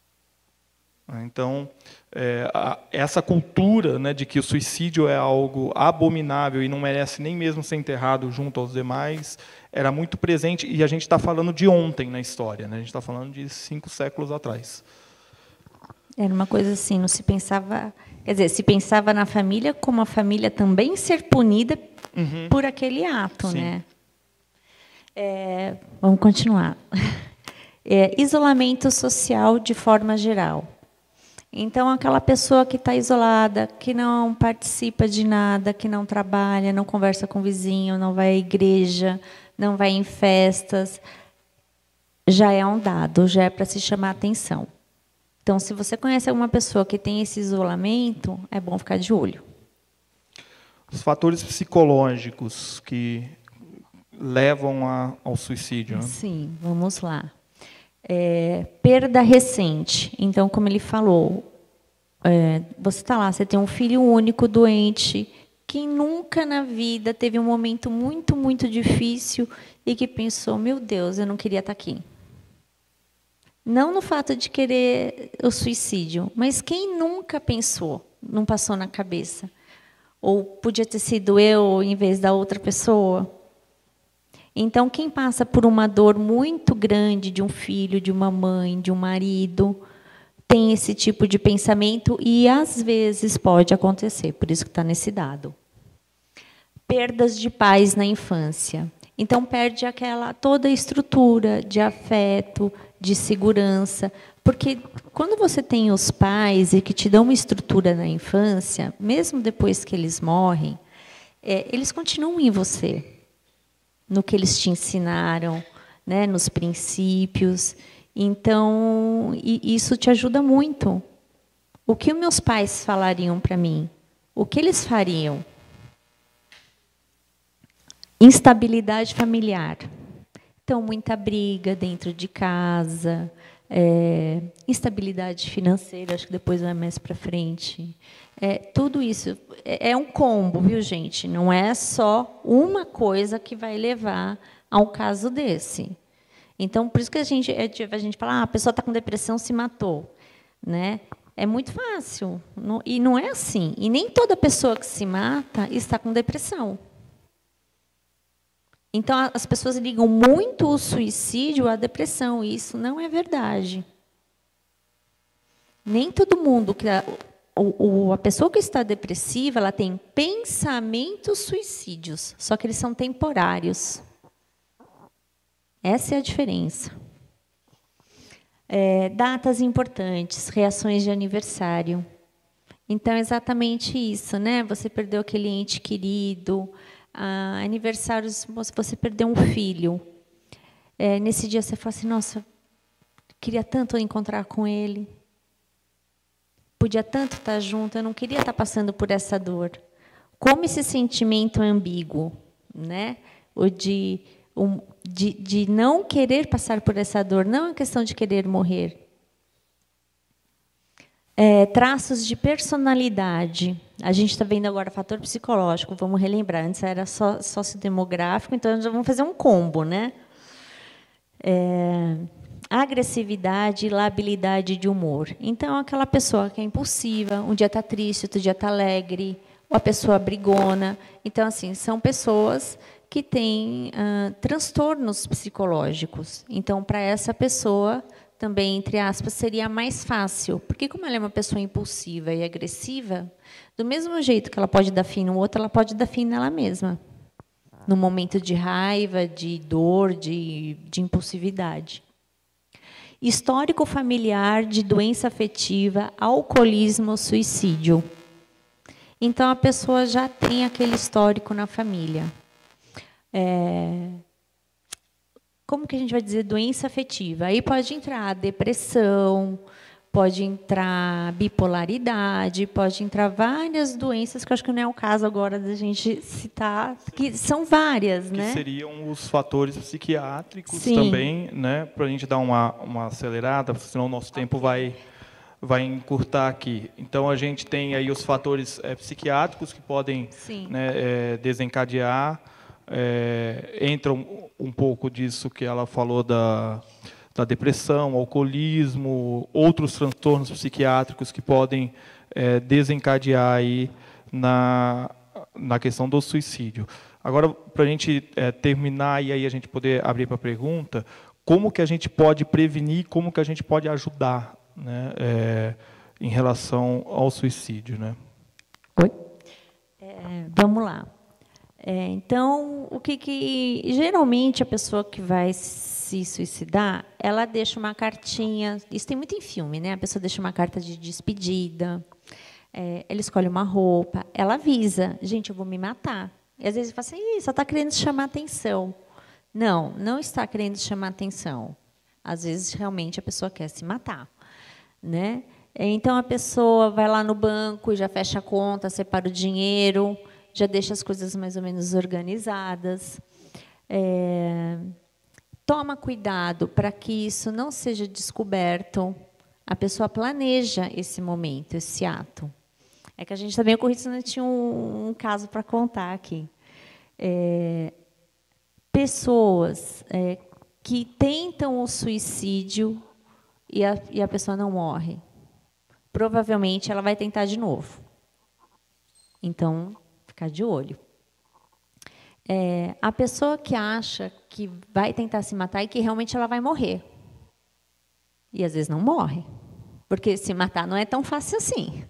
Então, é, a, essa cultura, né, de que o suicídio é algo abominável e não merece nem mesmo ser enterrado junto aos demais, era muito presente, e a gente está falando de ontem na história, né? A gente está falando de cinco séculos atrás.
Era uma coisa assim, não se pensava, quer dizer, se pensava na família como a família também ser punida uhum. por aquele ato,
Sim.
né? É, vamos continuar. É, isolamento social de forma geral. Então, aquela pessoa que está isolada, que não participa de nada, que não trabalha, não conversa com o vizinho, não vai à igreja, não vai em festas, já é um dado, já é para se chamar a atenção. Então, se você conhece alguma pessoa que tem esse isolamento, é bom ficar de olho.
Os fatores psicológicos que levam a, ao suicídio. Né?
Sim, vamos lá. É, perda recente. Então, como ele falou, é, você está lá, você tem um filho único, doente, que nunca na vida teve um momento muito, muito difícil e que pensou, meu Deus, eu não queria estar aqui. Não no fato de querer o suicídio, mas quem nunca pensou, não passou na cabeça? Ou podia ter sido eu em vez da outra pessoa? Então, quem passa por uma dor muito grande de um filho, de uma mãe, de um marido, tem esse tipo de pensamento e, às vezes, pode acontecer, por isso que está nesse dado. Perdas de pais na infância. Então, perde aquela, toda a estrutura de afeto, de segurança, porque quando você tem os pais e que te dão uma estrutura na infância, mesmo depois que eles morrem, é, eles continuam em você, no que eles te ensinaram, né, nos princípios. Então, isso te ajuda muito. O que os meus pais falariam para mim? O que eles fariam? Instabilidade familiar. Então, muita briga dentro de casa, é, instabilidade financeira, acho que depois vai mais para frente. É, tudo isso é, é um combo, viu, gente? Não é só uma coisa que vai levar a um caso desse. Então, por isso que a gente, a gente fala, ah, a pessoa está com depressão, se matou. Né? É muito fácil. Não, e não é assim. E nem toda pessoa que se mata está com depressão. Então, as pessoas ligam muito o suicídio à depressão, e isso não é verdade. Nem todo mundo que a, o, a pessoa que está depressiva, ela tem pensamentos suicídios, só que eles são temporários. Essa é a diferença. É, datas importantes, reações de aniversário. Então, é exatamente isso, né? Você perdeu aquele ente querido, ah, aniversários, você perdeu um filho. É, nesse dia você fala assim, nossa, queria tanto encontrar com ele. Podia tanto estar junto, eu não queria estar passando por essa dor. Como esse sentimento é ambíguo, né? O de, um, de, de não querer passar por essa dor, não é questão de querer morrer. É, traços de personalidade. A gente está vendo agora fator psicológico, vamos relembrar. Antes era só sociodemográfico, então já vamos fazer um combo, né? É, agressividade e labilidade de humor. Então, aquela pessoa que é impulsiva, um dia está triste, outro dia está alegre, ou a pessoa brigona. Então, assim, são pessoas que têm ah, transtornos psicológicos. Então, para essa pessoa, também, entre aspas, seria mais fácil. Porque, como ela é uma pessoa impulsiva e agressiva, do mesmo jeito que ela pode dar fim no outro, ela pode dar fim nela mesma. No momento de raiva, de dor, de, de impulsividade. Histórico familiar de doença afetiva, alcoolismo, suicídio. Então, a pessoa já tem aquele histórico na família. É, como que a gente vai dizer doença afetiva? Aí pode entrar depressão, pode entrar bipolaridade, pode entrar várias doenças, que eu acho que não é o caso agora da gente citar, que são várias,
que
né?
seriam os fatores psiquiátricos.
Sim.
Também, né? Para a gente dar uma, uma acelerada, senão o nosso tempo vai, vai encurtar aqui. Então, a gente tem aí os fatores é, psiquiátricos que podem, né, é, desencadear. É, entra um, um pouco disso que ela falou da, da depressão, alcoolismo, outros transtornos psiquiátricos que podem é, desencadear aí na, na questão do suicídio. Agora, para a gente é, terminar e aí a gente poder abrir para a pergunta, como que a gente pode prevenir, como que a gente pode ajudar, né, é, em relação ao suicídio, né?
Oi? É, vamos lá. É, então, o que, que geralmente a pessoa que vai se suicidar, ela deixa uma cartinha. Isso tem muito em filme, né? A pessoa deixa uma carta de despedida. É, ela escolhe uma roupa. Ela avisa, gente, eu vou me matar. E às vezes fala assim, Ih, só está querendo chamar atenção. Não, não está querendo chamar atenção. Às vezes realmente a pessoa quer se matar, né? Então a pessoa vai lá no banco, já fecha a conta, separa o dinheiro, já deixa as coisas mais ou menos organizadas. É, toma cuidado para que isso não seja descoberto. A pessoa planeja esse momento, esse ato. É que a gente também ocorrido, senão tinha um, um caso para contar aqui. É, pessoas é, que tentam o suicídio e a, e a pessoa não morre. Provavelmente ela vai tentar de novo. Então, ficar de olho. É, a pessoa que acha que vai tentar se matar e que realmente ela vai morrer. E às vezes não morre. Porque se matar não é tão fácil assim.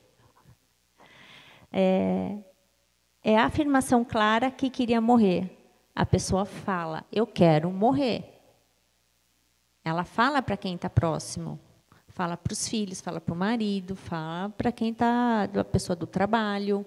É, é a afirmação clara que queria morrer. A pessoa fala, eu quero morrer. Ela fala para quem está próximo. Fala para os filhos, fala para o marido, fala para quem está, a pessoa do trabalho.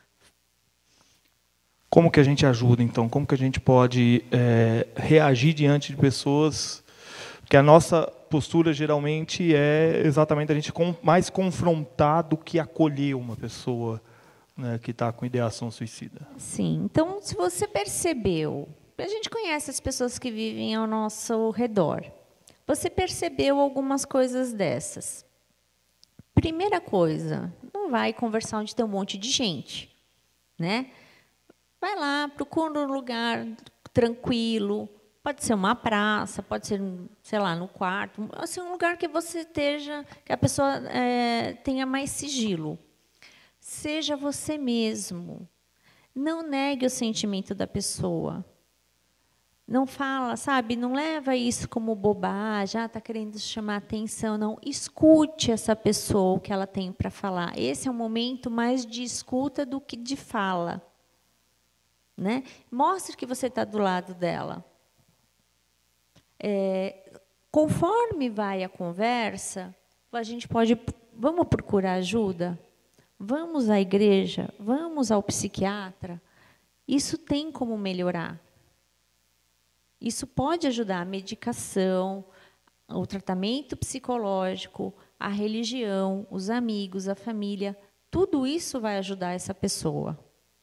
Como que a gente ajuda, então? Como que a gente pode é, reagir diante de pessoas? Porque a nossa postura, geralmente, é exatamente a gente mais confrontar do que acolher uma pessoa, né, que está com ideação suicida.
Sim. Então, se você percebeu, a gente conhece as pessoas que vivem ao nosso redor. Você percebeu algumas coisas dessas. Primeira coisa, não vai conversar onde tem um monte de gente, né? Vai lá, procura um lugar tranquilo, pode ser uma praça, pode ser, sei lá, no quarto, assim, um lugar que você esteja, que a pessoa é, tenha mais sigilo. Seja você mesmo. Não negue o sentimento da pessoa. Não fala, sabe, não leva isso como bobagem, ah, está querendo chamar atenção, não. Escute essa pessoa, o que ela tem para falar. Esse é um momento mais de escuta do que de fala. Né? Mostre que você está do lado dela. É, conforme vai a conversa, a gente pode, vamos procurar ajuda? vamos à igreja, vamos ao psiquiatra. Isso tem como melhorar. Isso pode ajudar a medicação, o tratamento psicológico, a religião, os amigos, a família. Tudo isso vai ajudar essa pessoa.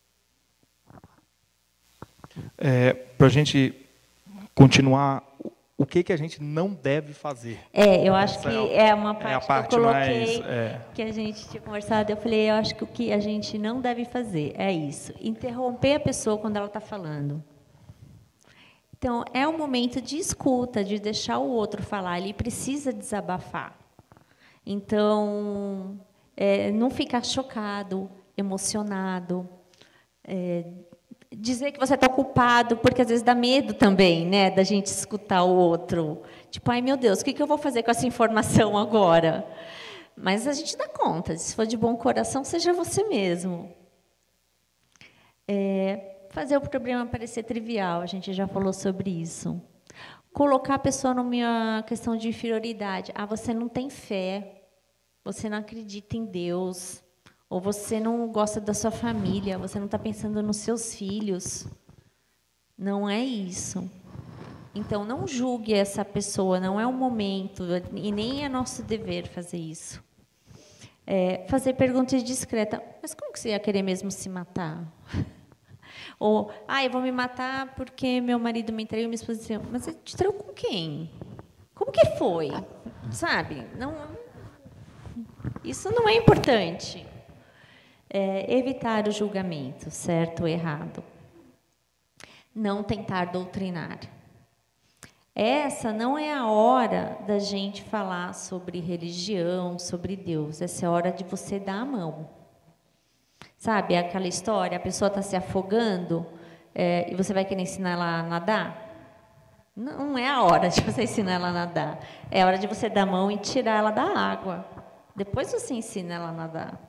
É, para a gente continuar, o que, que a gente não deve fazer?
É, eu acho
Essa
que
é,
é uma parte,
é a parte
que eu coloquei,
mais, é...
que a gente tinha conversado. Eu falei, eu acho que o que a gente não deve fazer é isso, interromper a pessoa quando ela está falando. Então, é um momento de escuta, de deixar o outro falar. Ele precisa desabafar. Então, é, não ficar chocado, emocionado, é, dizer que você está culpado, porque às vezes dá medo também, né, da gente escutar o outro. Tipo, ai meu Deus, o que eu vou fazer com essa informação agora? Mas a gente dá conta, se for de bom coração, seja você mesmo. É, fazer o problema parecer trivial, a gente já falou sobre isso. Colocar a pessoa numa questão de inferioridade. Ah, você não tem fé, você não acredita em Deus, ou você não gosta da sua família, você não está pensando nos seus filhos. Não é isso. Então, não julgue essa pessoa, não é o momento, e nem é nosso dever fazer isso. É, fazer perguntas discretas. Mas como que você ia querer mesmo se matar? Ou, ah, eu vou me matar porque meu marido me traiu, minha esposa disse, mas você te traiu com quem? Como que foi? Sabe? Não, isso não é importante. É, evitar o julgamento, certo ou errado. Não tentar doutrinar. Essa não é a hora da gente falar sobre religião, sobre Deus. Essa é a hora de você dar a mão. Sabe aquela história, a pessoa está se afogando é, e você vai querer ensinar ela a nadar? Não é a hora de você ensinar ela a nadar. É a hora de você dar a mão e tirar ela da água. Depois você ensina ela a nadar.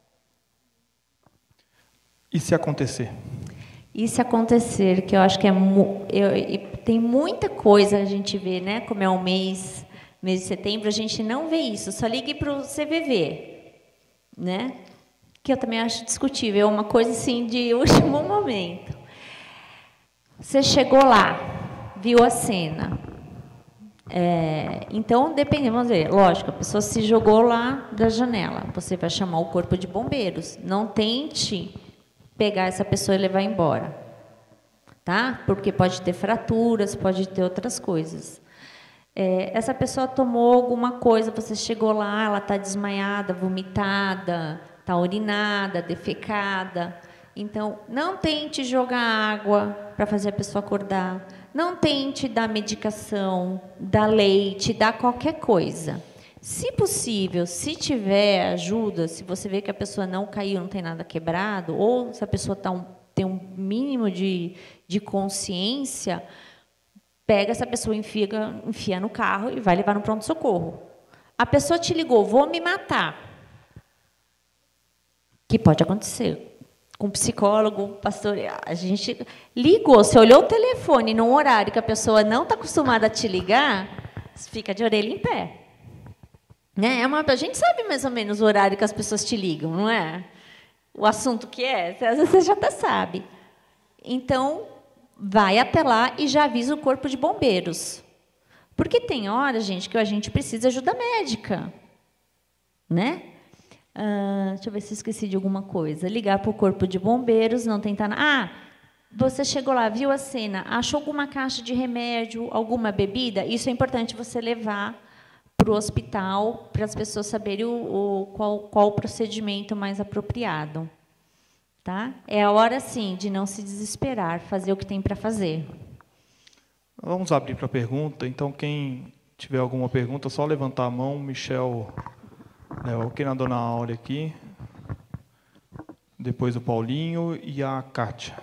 E se acontecer?
E se acontecer, que eu acho que é mu eu, eu, tem muita coisa a gente vê, né? Como é o mês, mês de setembro, a gente não vê isso. Só ligue para o C V V, né? Que eu também acho discutível, é uma coisa assim de último momento. Você chegou lá, viu a cena. É, então, depende, vamos ver, lógico, a pessoa se jogou lá da janela. Você vai chamar o corpo de bombeiros. Não tente pegar essa pessoa e levar embora, tá? Porque pode ter fraturas, pode ter outras coisas. É, essa pessoa tomou alguma coisa, você chegou lá, ela está desmaiada, vomitada, está urinada, defecada. Então, não tente jogar água para fazer a pessoa acordar. Não tente dar medicação, dar leite, dar qualquer coisa. Se possível, se tiver ajuda, se você vê que a pessoa não caiu, não tem nada quebrado, ou se a pessoa tá um, tem um mínimo de, de consciência, pega essa pessoa, enfia, enfia no carro e vai levar no pronto-socorro. A pessoa te ligou, vou me matar. Que pode acontecer. Com psicólogo, pastor, a gente ligou, você olhou o telefone num horário que a pessoa não está acostumada a te ligar, fica de orelha em pé. Né? É uma, a gente sabe mais ou menos o horário que as pessoas te ligam, não é? O assunto que é, às vezes você já até sabe. Então, vai até lá e já avisa o corpo de bombeiros. Porque tem horas, gente, que a gente precisa de ajuda médica. Né? Ah, deixa eu ver se eu esqueci de alguma coisa. Ligar para o corpo de bombeiros, não tentar... Ah, você chegou lá, viu a cena, achou alguma caixa de remédio, alguma bebida? Isso é importante você levar para o hospital, para as pessoas saberem o, o, qual, qual o procedimento mais apropriado. Tá? É a hora, sim, de não se desesperar, fazer o que tem para fazer.
Vamos abrir para pergunta. Então, quem tiver alguma pergunta, só levantar a mão. Michel, né, quem na dona Áurea aqui, depois o Paulinho e a Kátia.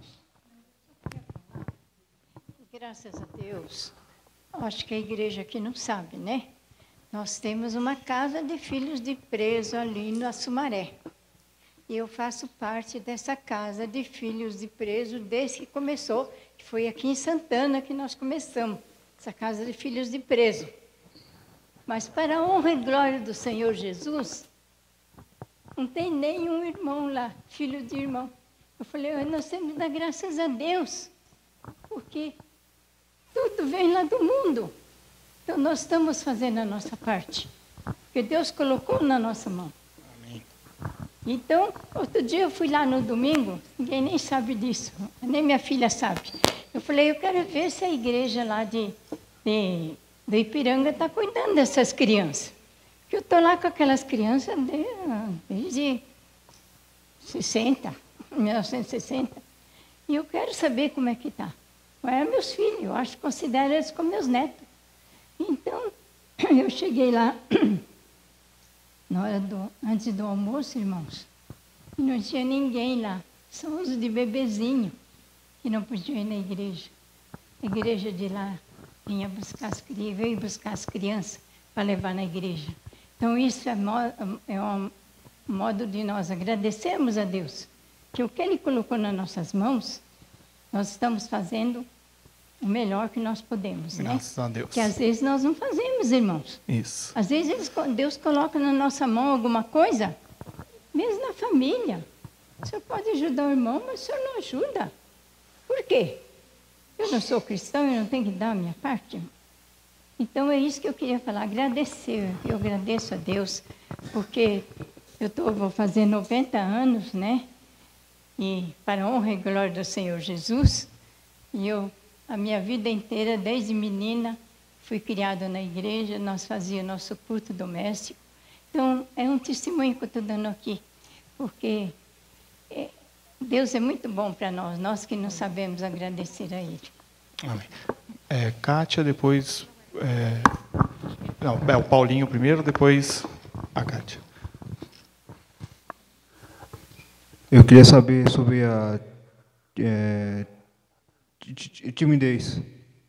Graças a Deus. Acho que a igreja aqui não sabe, né? Nós temos uma casa de filhos de preso ali no Sumaré. E eu faço parte dessa casa de filhos de preso desde que começou, que foi aqui em Santana que nós começamos, essa casa de filhos de preso. Mas para a honra e glória do Senhor Jesus, não tem nenhum irmão lá, filho de irmão. Eu falei, nós temos que dar graças a Deus, porque tudo vem lá do mundo. Então, nós estamos fazendo a nossa parte, que Deus colocou na nossa mão.
Amém.
Então, outro dia eu fui lá no domingo, ninguém nem sabe disso, nem minha filha sabe. Eu falei, eu quero ver se a igreja lá de, de, de Ipiranga está cuidando dessas crianças. Porque eu estou lá com aquelas crianças desde sessenta, mil novecentos e sessenta. E eu quero saber como é que está. Não é meus filhos, eu acho que considero eles como meus netos. Então, eu cheguei lá, na hora do, antes do almoço, irmãos, e não tinha ninguém lá, só os de bebezinho, que não podiam ir na igreja. A igreja de lá vinha buscar as, veio buscar as crianças para levar na igreja. Então, isso é, mo- é um modo de nós agradecermos a Deus, que o que Ele colocou nas nossas mãos, nós estamos fazendo o melhor que nós podemos,
Graças
né?
a Deus.
Que às vezes nós não fazemos, irmãos.
Isso.
Às vezes eles- Deus coloca na nossa mão alguma coisa, mesmo na família. O senhor pode ajudar o irmão, mas o senhor não ajuda. Por quê? Eu não sou cristão, eu não tenho que dar a minha parte. Então é isso que eu queria falar, agradecer. Eu agradeço a Deus, porque eu tô, vou fazer noventa anos, né? E para a honra e glória do Senhor Jesus, e eu, a minha vida inteira, desde menina, fui criada na igreja, nós fazíamos nosso culto doméstico. Então, é um testemunho que eu estou dando aqui, porque é, Deus é muito bom para nós, nós que não sabemos agradecer a Ele.
Amém. É, Kátia, depois... É, não, é o Paulinho primeiro, depois a Kátia.
Eu queria saber sobre a é, ti- ti- timidez.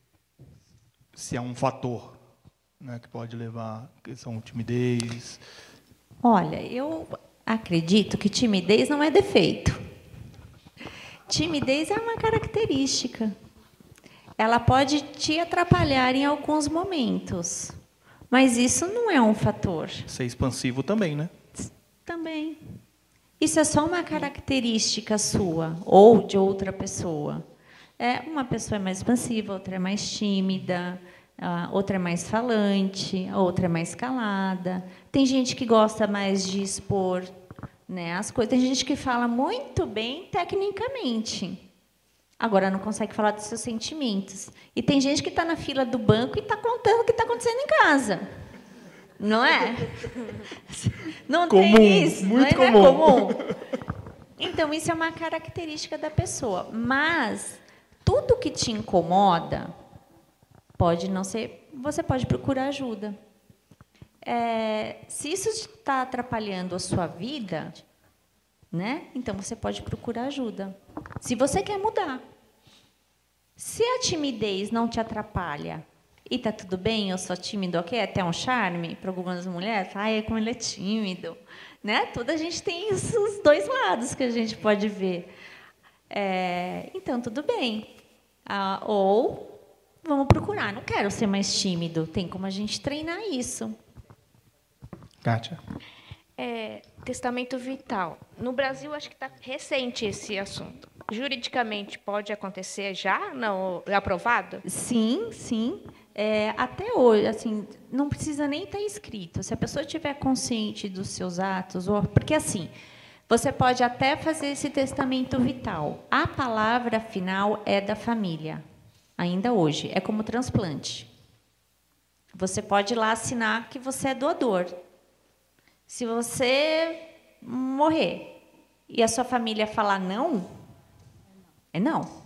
Se é um fator, né, que pode levar a questão de timidez.
Olha, eu acredito que timidez não é defeito. Timidez é uma característica. Ela pode te atrapalhar em alguns momentos, mas isso não é um fator.
Ser expansivo também, né?
Também. Isso é só uma característica sua ou de outra pessoa. É, uma pessoa é mais expansiva, outra é mais tímida, a outra é mais falante, a outra é mais calada. Tem gente que gosta mais de expor, né, as coisas. Tem gente que fala muito bem tecnicamente, agora não consegue falar dos seus sentimentos. E tem gente que está na fila do banco e está contando o que está acontecendo em casa. Não é? Não
Comum,
tem isso?
muito
não é,
comum.
Não é comum? Então, isso é uma característica da pessoa. Mas tudo que te incomoda pode não ser... Você pode procurar ajuda. É, se isso está atrapalhando a sua vida, né? Então, você pode procurar ajuda. Se você quer mudar. Se a timidez não te atrapalha, e está tudo bem, eu sou tímido, ok? Até um charme para algumas mulheres. Ai, como ele é tímido. Né? Toda a gente tem os dois lados que a gente pode ver. É, então, tudo bem. Ah, ou, vamos procurar. Não quero ser mais tímido. Tem como a gente treinar isso.
Kátia.
É, testamento vital. No Brasil, acho que está recente esse assunto. Juridicamente, pode acontecer já? Não, é aprovado?
Sim, sim. É, até hoje, assim, não precisa nem estar escrito. Se a pessoa estiver consciente dos seus atos, ou, porque assim, você pode até fazer esse testamento vital. A palavra final é da família, ainda hoje. É como transplante. Você pode ir lá assinar que você é doador. Se você morrer e a sua família falar não, é não.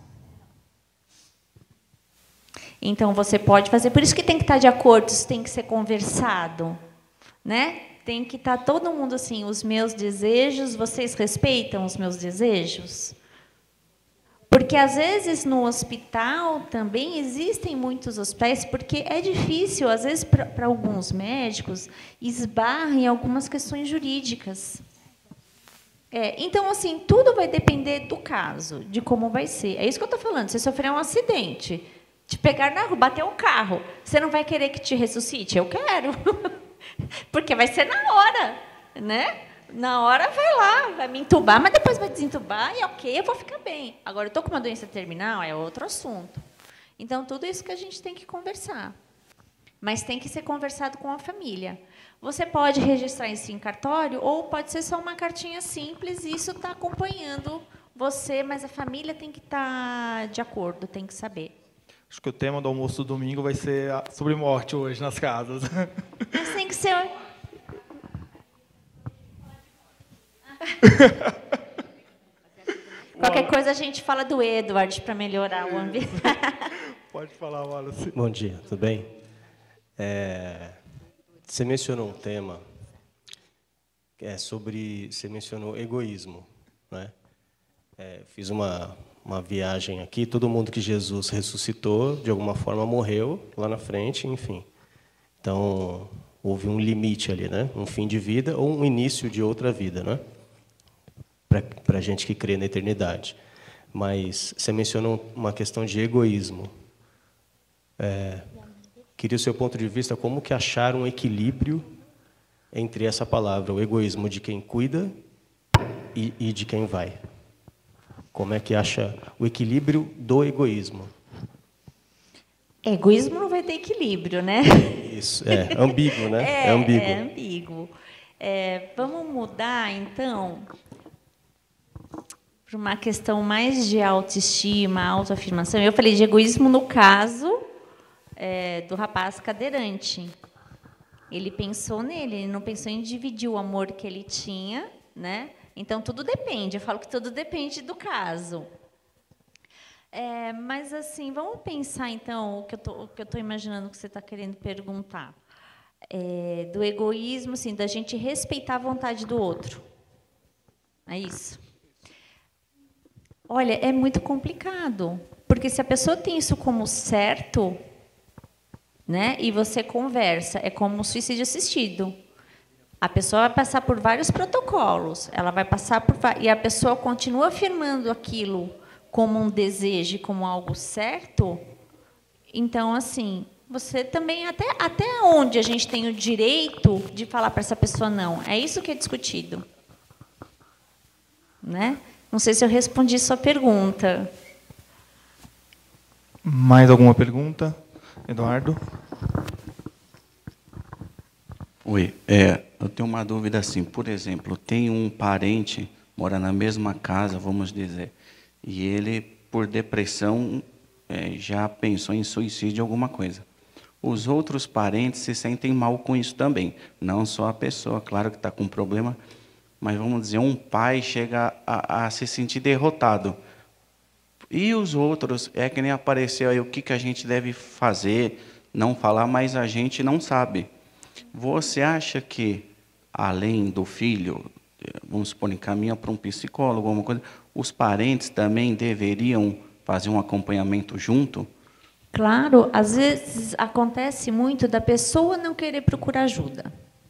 Então, você pode fazer. Por isso que tem que estar de acordo, isso tem que ser conversado. Né? Tem que estar todo mundo assim, os meus desejos, vocês respeitam os meus desejos? Porque, às vezes, no hospital também existem muitos hospitais, porque é difícil, às vezes, para alguns médicos, esbarra em algumas questões jurídicas. É, então, assim, tudo vai depender do caso, de como vai ser. É isso que eu estou falando. Se sofrer um acidente, te pegar na rua, bater um carro, você não vai querer que te ressuscite? Eu quero. Porque vai ser na hora, né? Na hora vai lá, vai me entubar, mas depois vai desentubar e ok, eu vou ficar bem. Agora, eu estou com uma doença terminal, é outro assunto. Então, tudo isso que a gente tem que conversar. Mas tem que ser conversado com a família. Você pode registrar isso em cartório ou pode ser só uma cartinha simples e isso está acompanhando você, mas a família tem que estar de acordo, tem que saber.
Acho que o tema do almoço do domingo vai ser sobre morte hoje nas casas.
Mas tem que ser... Qualquer coisa a gente fala do Edward para melhorar o ambiente.
Pode falar, Wallace.
Bom dia, tudo bem? É, você mencionou um tema é, sobre... Você mencionou egoísmo, né? É, fiz uma, uma viagem aqui, todo mundo que Jesus ressuscitou, de alguma forma, morreu lá na frente, enfim. Então, houve um limite ali, né? Um fim de vida ou um início de outra vida, né? Para a gente que crê na eternidade. Mas você mencionou uma questão de egoísmo. É, queria o seu ponto de vista, como que achar um equilíbrio entre essa palavra, o egoísmo de quem cuida e, e de quem vai. Como é que acha o equilíbrio do egoísmo?
Egoísmo não vai ter equilíbrio, né?
Isso, é ambíguo, né?
É,
é ambíguo.
É ambíguo. É, vamos mudar, então, para uma questão mais de autoestima, autoafirmação. Eu falei de egoísmo no caso é, do rapaz cadeirante. Ele pensou nele, ele não pensou em dividir o amor que ele tinha, né? Então, tudo depende. Eu falo que tudo depende do caso. É, mas, assim, vamos pensar, então, o que eu estou imaginando que você está querendo perguntar. É, do egoísmo, assim, da gente respeitar a vontade do outro. É isso? Olha, é muito complicado. Porque se a pessoa tem isso como certo, né, e você conversa, é como um suicídio assistido. A pessoa vai passar por vários protocolos, ela vai passar por e a pessoa continua afirmando aquilo como um desejo, como algo certo. Então, assim, você também até até onde a gente tem o direito de falar para essa pessoa não? É isso que é discutido, né? Não sei se eu respondi sua pergunta.
Mais alguma pergunta, Eduardo?
Oi, é, eu tenho uma dúvida assim, por exemplo, tem um parente, mora na mesma casa, vamos dizer, e ele, por depressão, é, já pensou em suicídio, alguma coisa. Os outros parentes se sentem mal com isso também, não só a pessoa, claro que está com problema, mas vamos dizer, um pai chega a, a se sentir derrotado. E os outros, é que nem apareceu aí o que, que a gente deve fazer, não falar, mas a gente não sabe. Você acha que, além do filho, vamos supor, encaminha para um psicólogo, alguma coisa, os parentes também deveriam fazer um acompanhamento junto?
Claro, às vezes acontece muito da pessoa não querer procurar ajuda.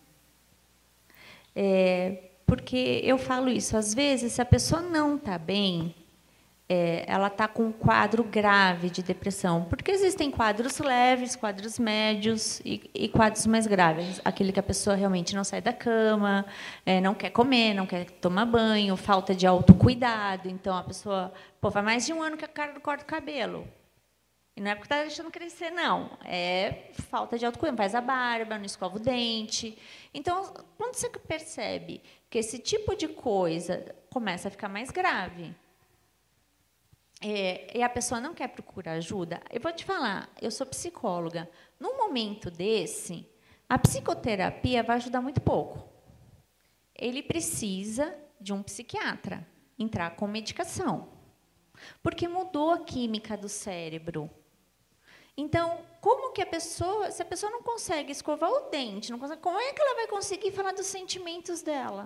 É, porque eu falo isso, às vezes, se a pessoa não está bem, é, ela está com um quadro grave de depressão, porque existem quadros leves, quadros médios e, e quadros mais graves. Aquele que a pessoa realmente não sai da cama, é, não quer comer, não quer tomar banho, falta de autocuidado. Então, a pessoa pô, faz mais de um ano que a cara não corta o cabelo. E não é porque está deixando crescer, não. É falta de autocuidado. Faz a barba, não escova o dente. Então, quando você percebe que esse tipo de coisa começa a ficar mais grave, é, e a pessoa não quer procurar ajuda, eu vou te falar, eu sou psicóloga. Num momento desse, a psicoterapia vai ajudar muito pouco. Ele precisa de um psiquiatra, entrar com medicação, porque mudou a química do cérebro. Então, como que a pessoa, se a pessoa não consegue escovar o dente, não consegue, como é que ela vai conseguir falar dos sentimentos dela?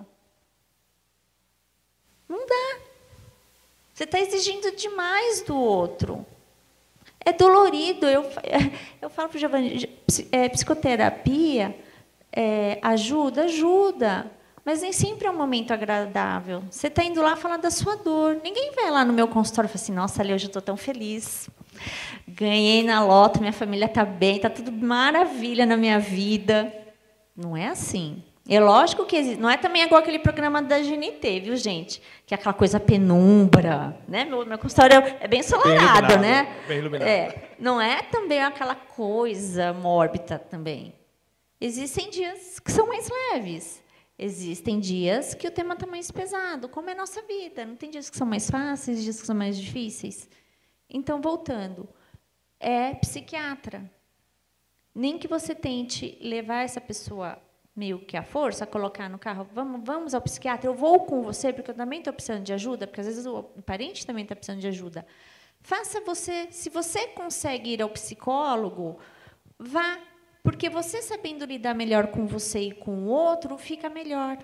Não dá. Você está exigindo demais do outro. É dolorido. Eu, eu falo para o Giovanni, é, psicoterapia é, ajuda, ajuda, mas nem sempre é um momento agradável. Você está indo lá falar da sua dor. Ninguém vai lá no meu consultório e fala assim, nossa, ali, hoje eu estou tão feliz. Ganhei na loto, minha família está bem, está tudo maravilha na minha vida. Não é assim. É lógico que existe. Não é também igual aquele programa da G N T, viu, gente? Que é aquela coisa penumbra, né? Meu, meu consultório é bem ensolarado,
bem
né?
Bem iluminado.
É, não é também aquela coisa mórbida também. Existem dias que são mais leves. Existem dias que o tema está mais pesado, como é a nossa vida. Não tem dias que são mais fáceis, dias que são mais difíceis. Então, voltando, é psiquiatra. Nem que você tente levar essa pessoa meio que à força, colocar no carro, vamos, vamos ao psiquiatra, eu vou com você, porque eu também estou precisando de ajuda, porque às vezes o parente também está precisando de ajuda. Faça você, se você consegue ir ao psicólogo, vá, porque você sabendo lidar melhor com você e com o outro, fica melhor.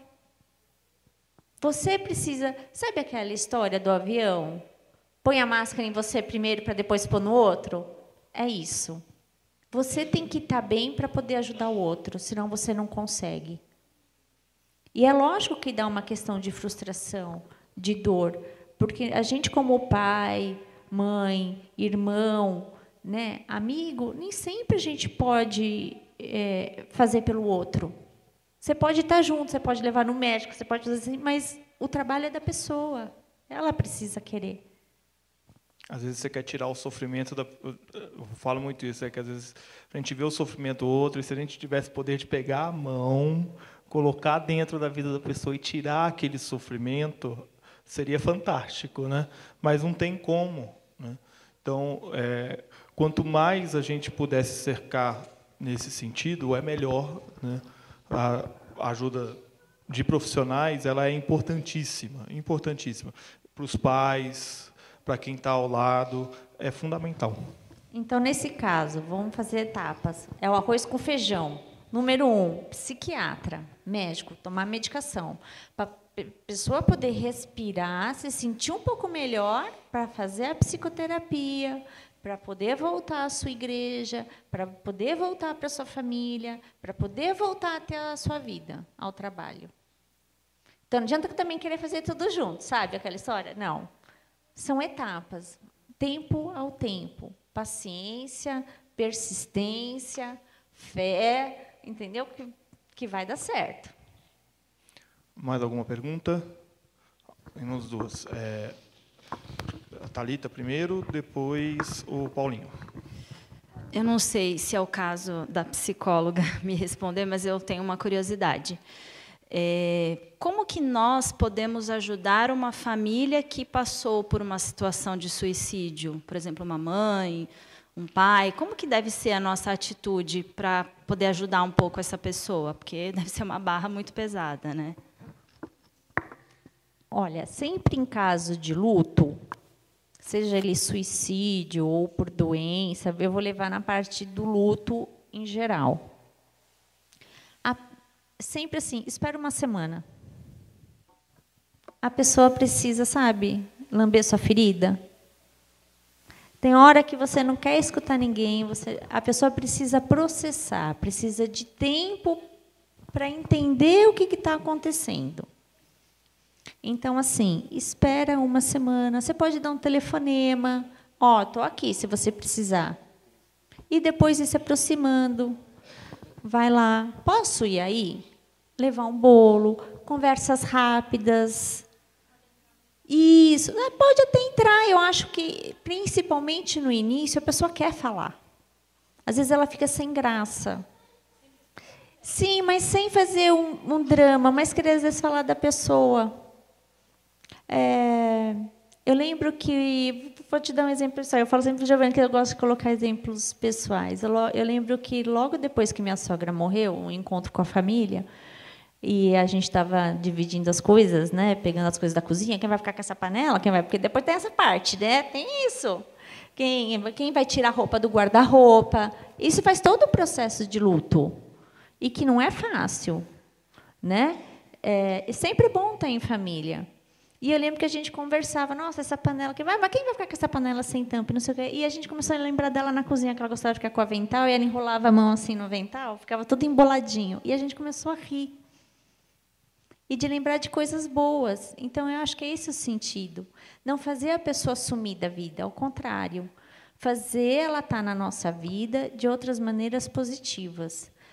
Você precisa, sabe aquela história do avião? Põe a máscara em você primeiro para depois pôr no outro? É isso. Você tem que estar bem para poder ajudar o outro, senão você não consegue. E é lógico que dá uma questão de frustração, de dor, porque a gente, como pai, mãe, irmão, né, amigo, nem sempre a gente pode é, fazer pelo outro. Você pode estar junto, você pode levar no médico, você pode fazer assim, mas o trabalho é da pessoa. Ela precisa querer.
Às vezes você quer tirar o sofrimento da... Eu falo muito isso, é que às vezes a gente vê o sofrimento do outro, e se a gente tivesse poder de pegar a mão, colocar dentro da vida da pessoa e tirar aquele sofrimento, seria fantástico, né? Mas não tem como, né? Então, é, quanto mais a gente pudesse cercar nesse sentido, é melhor, né? A ajuda de profissionais, ela é importantíssima, importantíssima para os pais, para quem está ao lado, é fundamental.
Então, nesse caso, vamos fazer etapas. É o arroz com feijão. Número um, psiquiatra, médico, tomar medicação. Para a pessoa poder respirar, se sentir um pouco melhor, para fazer a psicoterapia, para poder voltar à sua igreja, para poder voltar para a sua família, para poder voltar até a sua vida, ao trabalho. Então, não adianta também querer fazer tudo junto, sabe aquela história? Não. São etapas, tempo ao tempo, paciência, persistência, fé, entendeu? Que, que vai dar certo.
Mais alguma pergunta? Temos duas. É, a Thalita primeiro, depois o Paulinho.
Eu não sei se é o caso da psicóloga me responder, mas eu tenho uma curiosidade. É, como que nós podemos ajudar uma família que passou por uma situação de suicídio? Por exemplo, uma mãe, um pai. Como que deve ser a nossa atitude para poder ajudar um pouco essa pessoa? Porque deve ser uma barra muito pesada, né?
Olha, sempre em caso de luto, seja ele suicídio ou por doença, eu vou levar na parte do luto em geral. A Sempre assim, espera uma semana. A pessoa precisa, sabe, lamber sua ferida. Tem hora que você não quer escutar ninguém, você, a pessoa precisa processar, precisa de tempo para entender o que está acontecendo. Então, assim, espera uma semana. Você pode dar um telefonema. Ó, oh, estou aqui, se você precisar. E depois ir se aproximando. Vai lá. Posso ir aí? Levar um bolo, conversas rápidas. Isso. Pode até entrar. Eu acho que, principalmente no início, a pessoa quer falar. Às vezes ela fica sem graça. Sim, mas sem fazer um, um drama, mas querer, às vezes, falar da pessoa. É, eu lembro que... Vou te dar um exemplo pessoal. Eu falo sempre para o Giovanni que eu gosto de colocar exemplos pessoais. Eu, eu lembro que, logo depois que minha sogra morreu, um encontro com a família, e a gente estava dividindo as coisas, né, pegando as coisas da cozinha, quem vai ficar com essa panela? Quem vai? Porque depois tem essa parte, né? Tem isso. Quem, quem vai tirar a roupa do guarda-roupa? Isso faz todo o processo de luto. E que não é fácil. Né? É, é sempre bom estar em família. E eu lembro que a gente conversava, nossa, essa panela, que vai, mas quem vai ficar com essa panela sem tampa? Não sei o quê. E a gente começou a lembrar dela na cozinha, que ela gostava de ficar com o avental, e ela enrolava a mão assim no avental, ficava todo emboladinho. E a gente começou a rir. E de lembrar de coisas boas. Então, eu acho que é esse o sentido. Não fazer a pessoa sumir da vida, ao contrário. Fazer ela estar na nossa vida de outras maneiras positivas.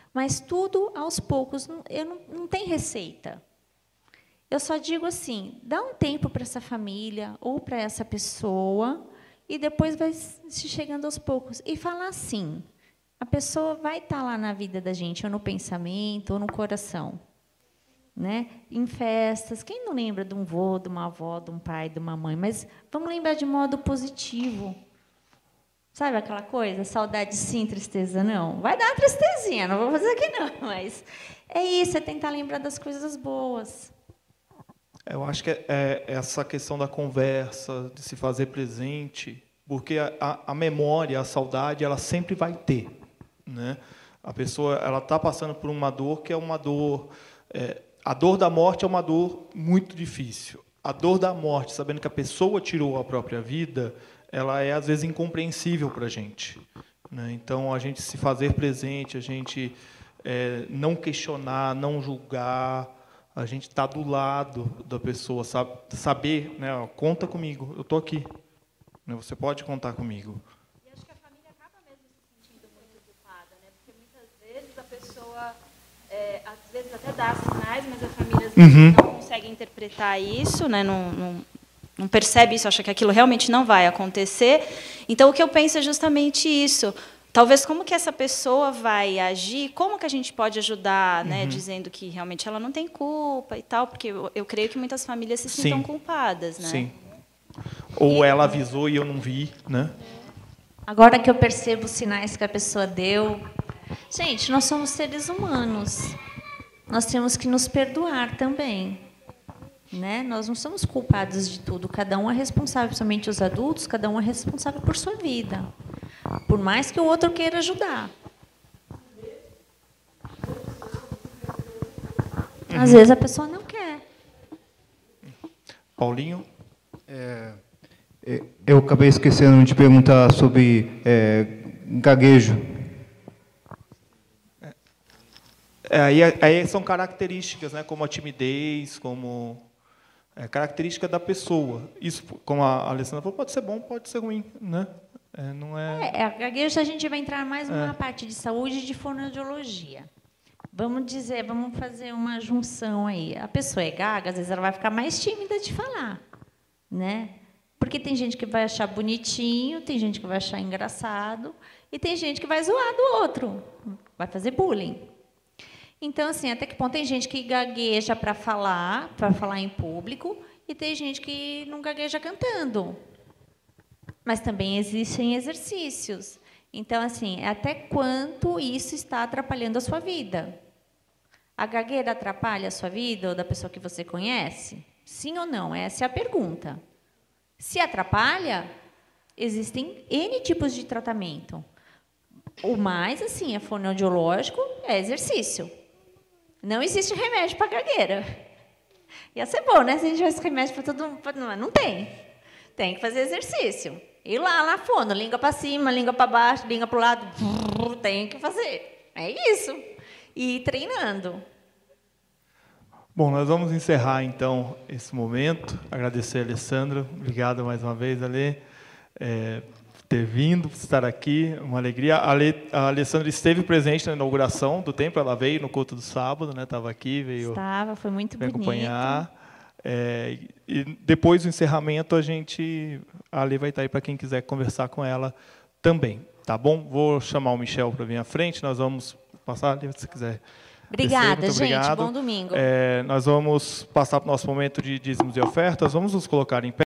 Mas tudo aos poucos, não, eu não, não tem receita. Eu só digo assim, dá um tempo para essa família ou para essa pessoa e depois vai se chegando aos poucos. E falar assim, a pessoa vai estar lá na vida da gente, ou no pensamento, ou no coração. Né? Em festas, quem não lembra de um vô, de uma avó, de um pai, de uma mãe? Mas vamos lembrar de modo positivo. Sabe aquela coisa? Saudade sim, tristeza não. Vai dar uma tristezinha, não vou fazer aqui não, mas é isso, é tentar lembrar das coisas boas.
Eu acho que é, é essa questão da conversa, de se fazer presente, porque a, a, a memória, a saudade, ela sempre vai ter, né? A pessoa, ela está passando por uma dor que é uma dor... É, a dor da morte é uma dor muito difícil. A dor da morte, sabendo que a pessoa tirou a própria vida, ela é, às vezes, incompreensível para a gente, né? Então, a gente se fazer presente, a gente é, não questionar, não julgar, a gente estar tá do lado da pessoa, sabe? Saber, né? Ó, conta comigo, eu estou aqui. Né? Você pode contar comigo.
E acho que a família acaba mesmo se sentindo muito culpada, né? Porque muitas vezes a pessoa, é, às vezes até dá sinais, mas a família às vezes uhum. não consegue interpretar isso, né? Não, não, não percebe isso, acha que aquilo realmente não vai acontecer. Então, o que eu penso é justamente isso. Talvez como que essa pessoa vai agir, como que a gente pode ajudar, né, uhum. dizendo que realmente ela não tem culpa e tal, porque eu, eu creio que muitas famílias se sintam Sim. culpadas, né?
Sim. Ou ela avisou e eu não vi, né?
Agora que eu percebo os sinais que a pessoa deu, gente, nós somos seres humanos, nós temos que nos perdoar também, né? Nós não somos culpados de tudo, cada um é responsável, principalmente os adultos, cada um é responsável por sua vida. Por mais que o outro queira ajudar. Uhum. Às vezes a pessoa não quer.
Paulinho?
É, eu acabei esquecendo de perguntar sobre é, gaguejo.
É, aí, aí são características, né, como a timidez, como é, característica da pessoa. Isso, como a Alessandra falou, pode ser bom, pode ser ruim, né? É, não é...
É, a gaguejo a gente vai entrar mais numa é. parte de saúde e de fonoaudiologia. Vamos dizer, vamos fazer uma junção aí. A pessoa é gaga, às vezes ela vai ficar mais tímida de falar, né? Porque tem gente que vai achar bonitinho, tem gente que vai achar engraçado e tem gente que vai zoar do outro, vai fazer bullying. Então, assim, até que ponto tem gente que gagueja para falar, para falar em público, e tem gente que não gagueja cantando. Mas também existem exercícios. Então, assim, até quanto isso está atrapalhando a sua vida? A gagueira atrapalha a sua vida ou da pessoa que você conhece? Sim ou não? Essa é a pergunta. Se atrapalha, existem N tipos de tratamento. O mais, assim, é fonoaudiológico, é exercício. Não existe remédio para gagueira. Ia ser bom, né? Se a gente tivesse remédio para todo mundo. Não, não tem. Tem que fazer exercício. E lá, lá fono, língua para cima, língua para baixo, língua para o lado, tem que fazer. É isso. E ir treinando.
Bom, nós vamos encerrar, então, esse momento. Agradecer a Alessandra. Obrigado mais uma vez, Ale, é, por ter vindo, por estar aqui. Uma alegria. A, Ale, a Alessandra esteve presente na inauguração do templo. Ela veio no culto do sábado, né? Estava aqui, veio
Estava, foi muito bonito.
acompanhar. É, e depois do encerramento, a gente, a Ale vai estar aí para quem quiser conversar com ela também, tá bom? Vou chamar o Michel para vir à frente, nós vamos passar, Ali, se você quiser.
Obrigada,
descer,
gente,
obrigado.
bom domingo.
É, nós vamos passar para o nosso momento de dízimos e ofertas, vamos nos colocar em pé.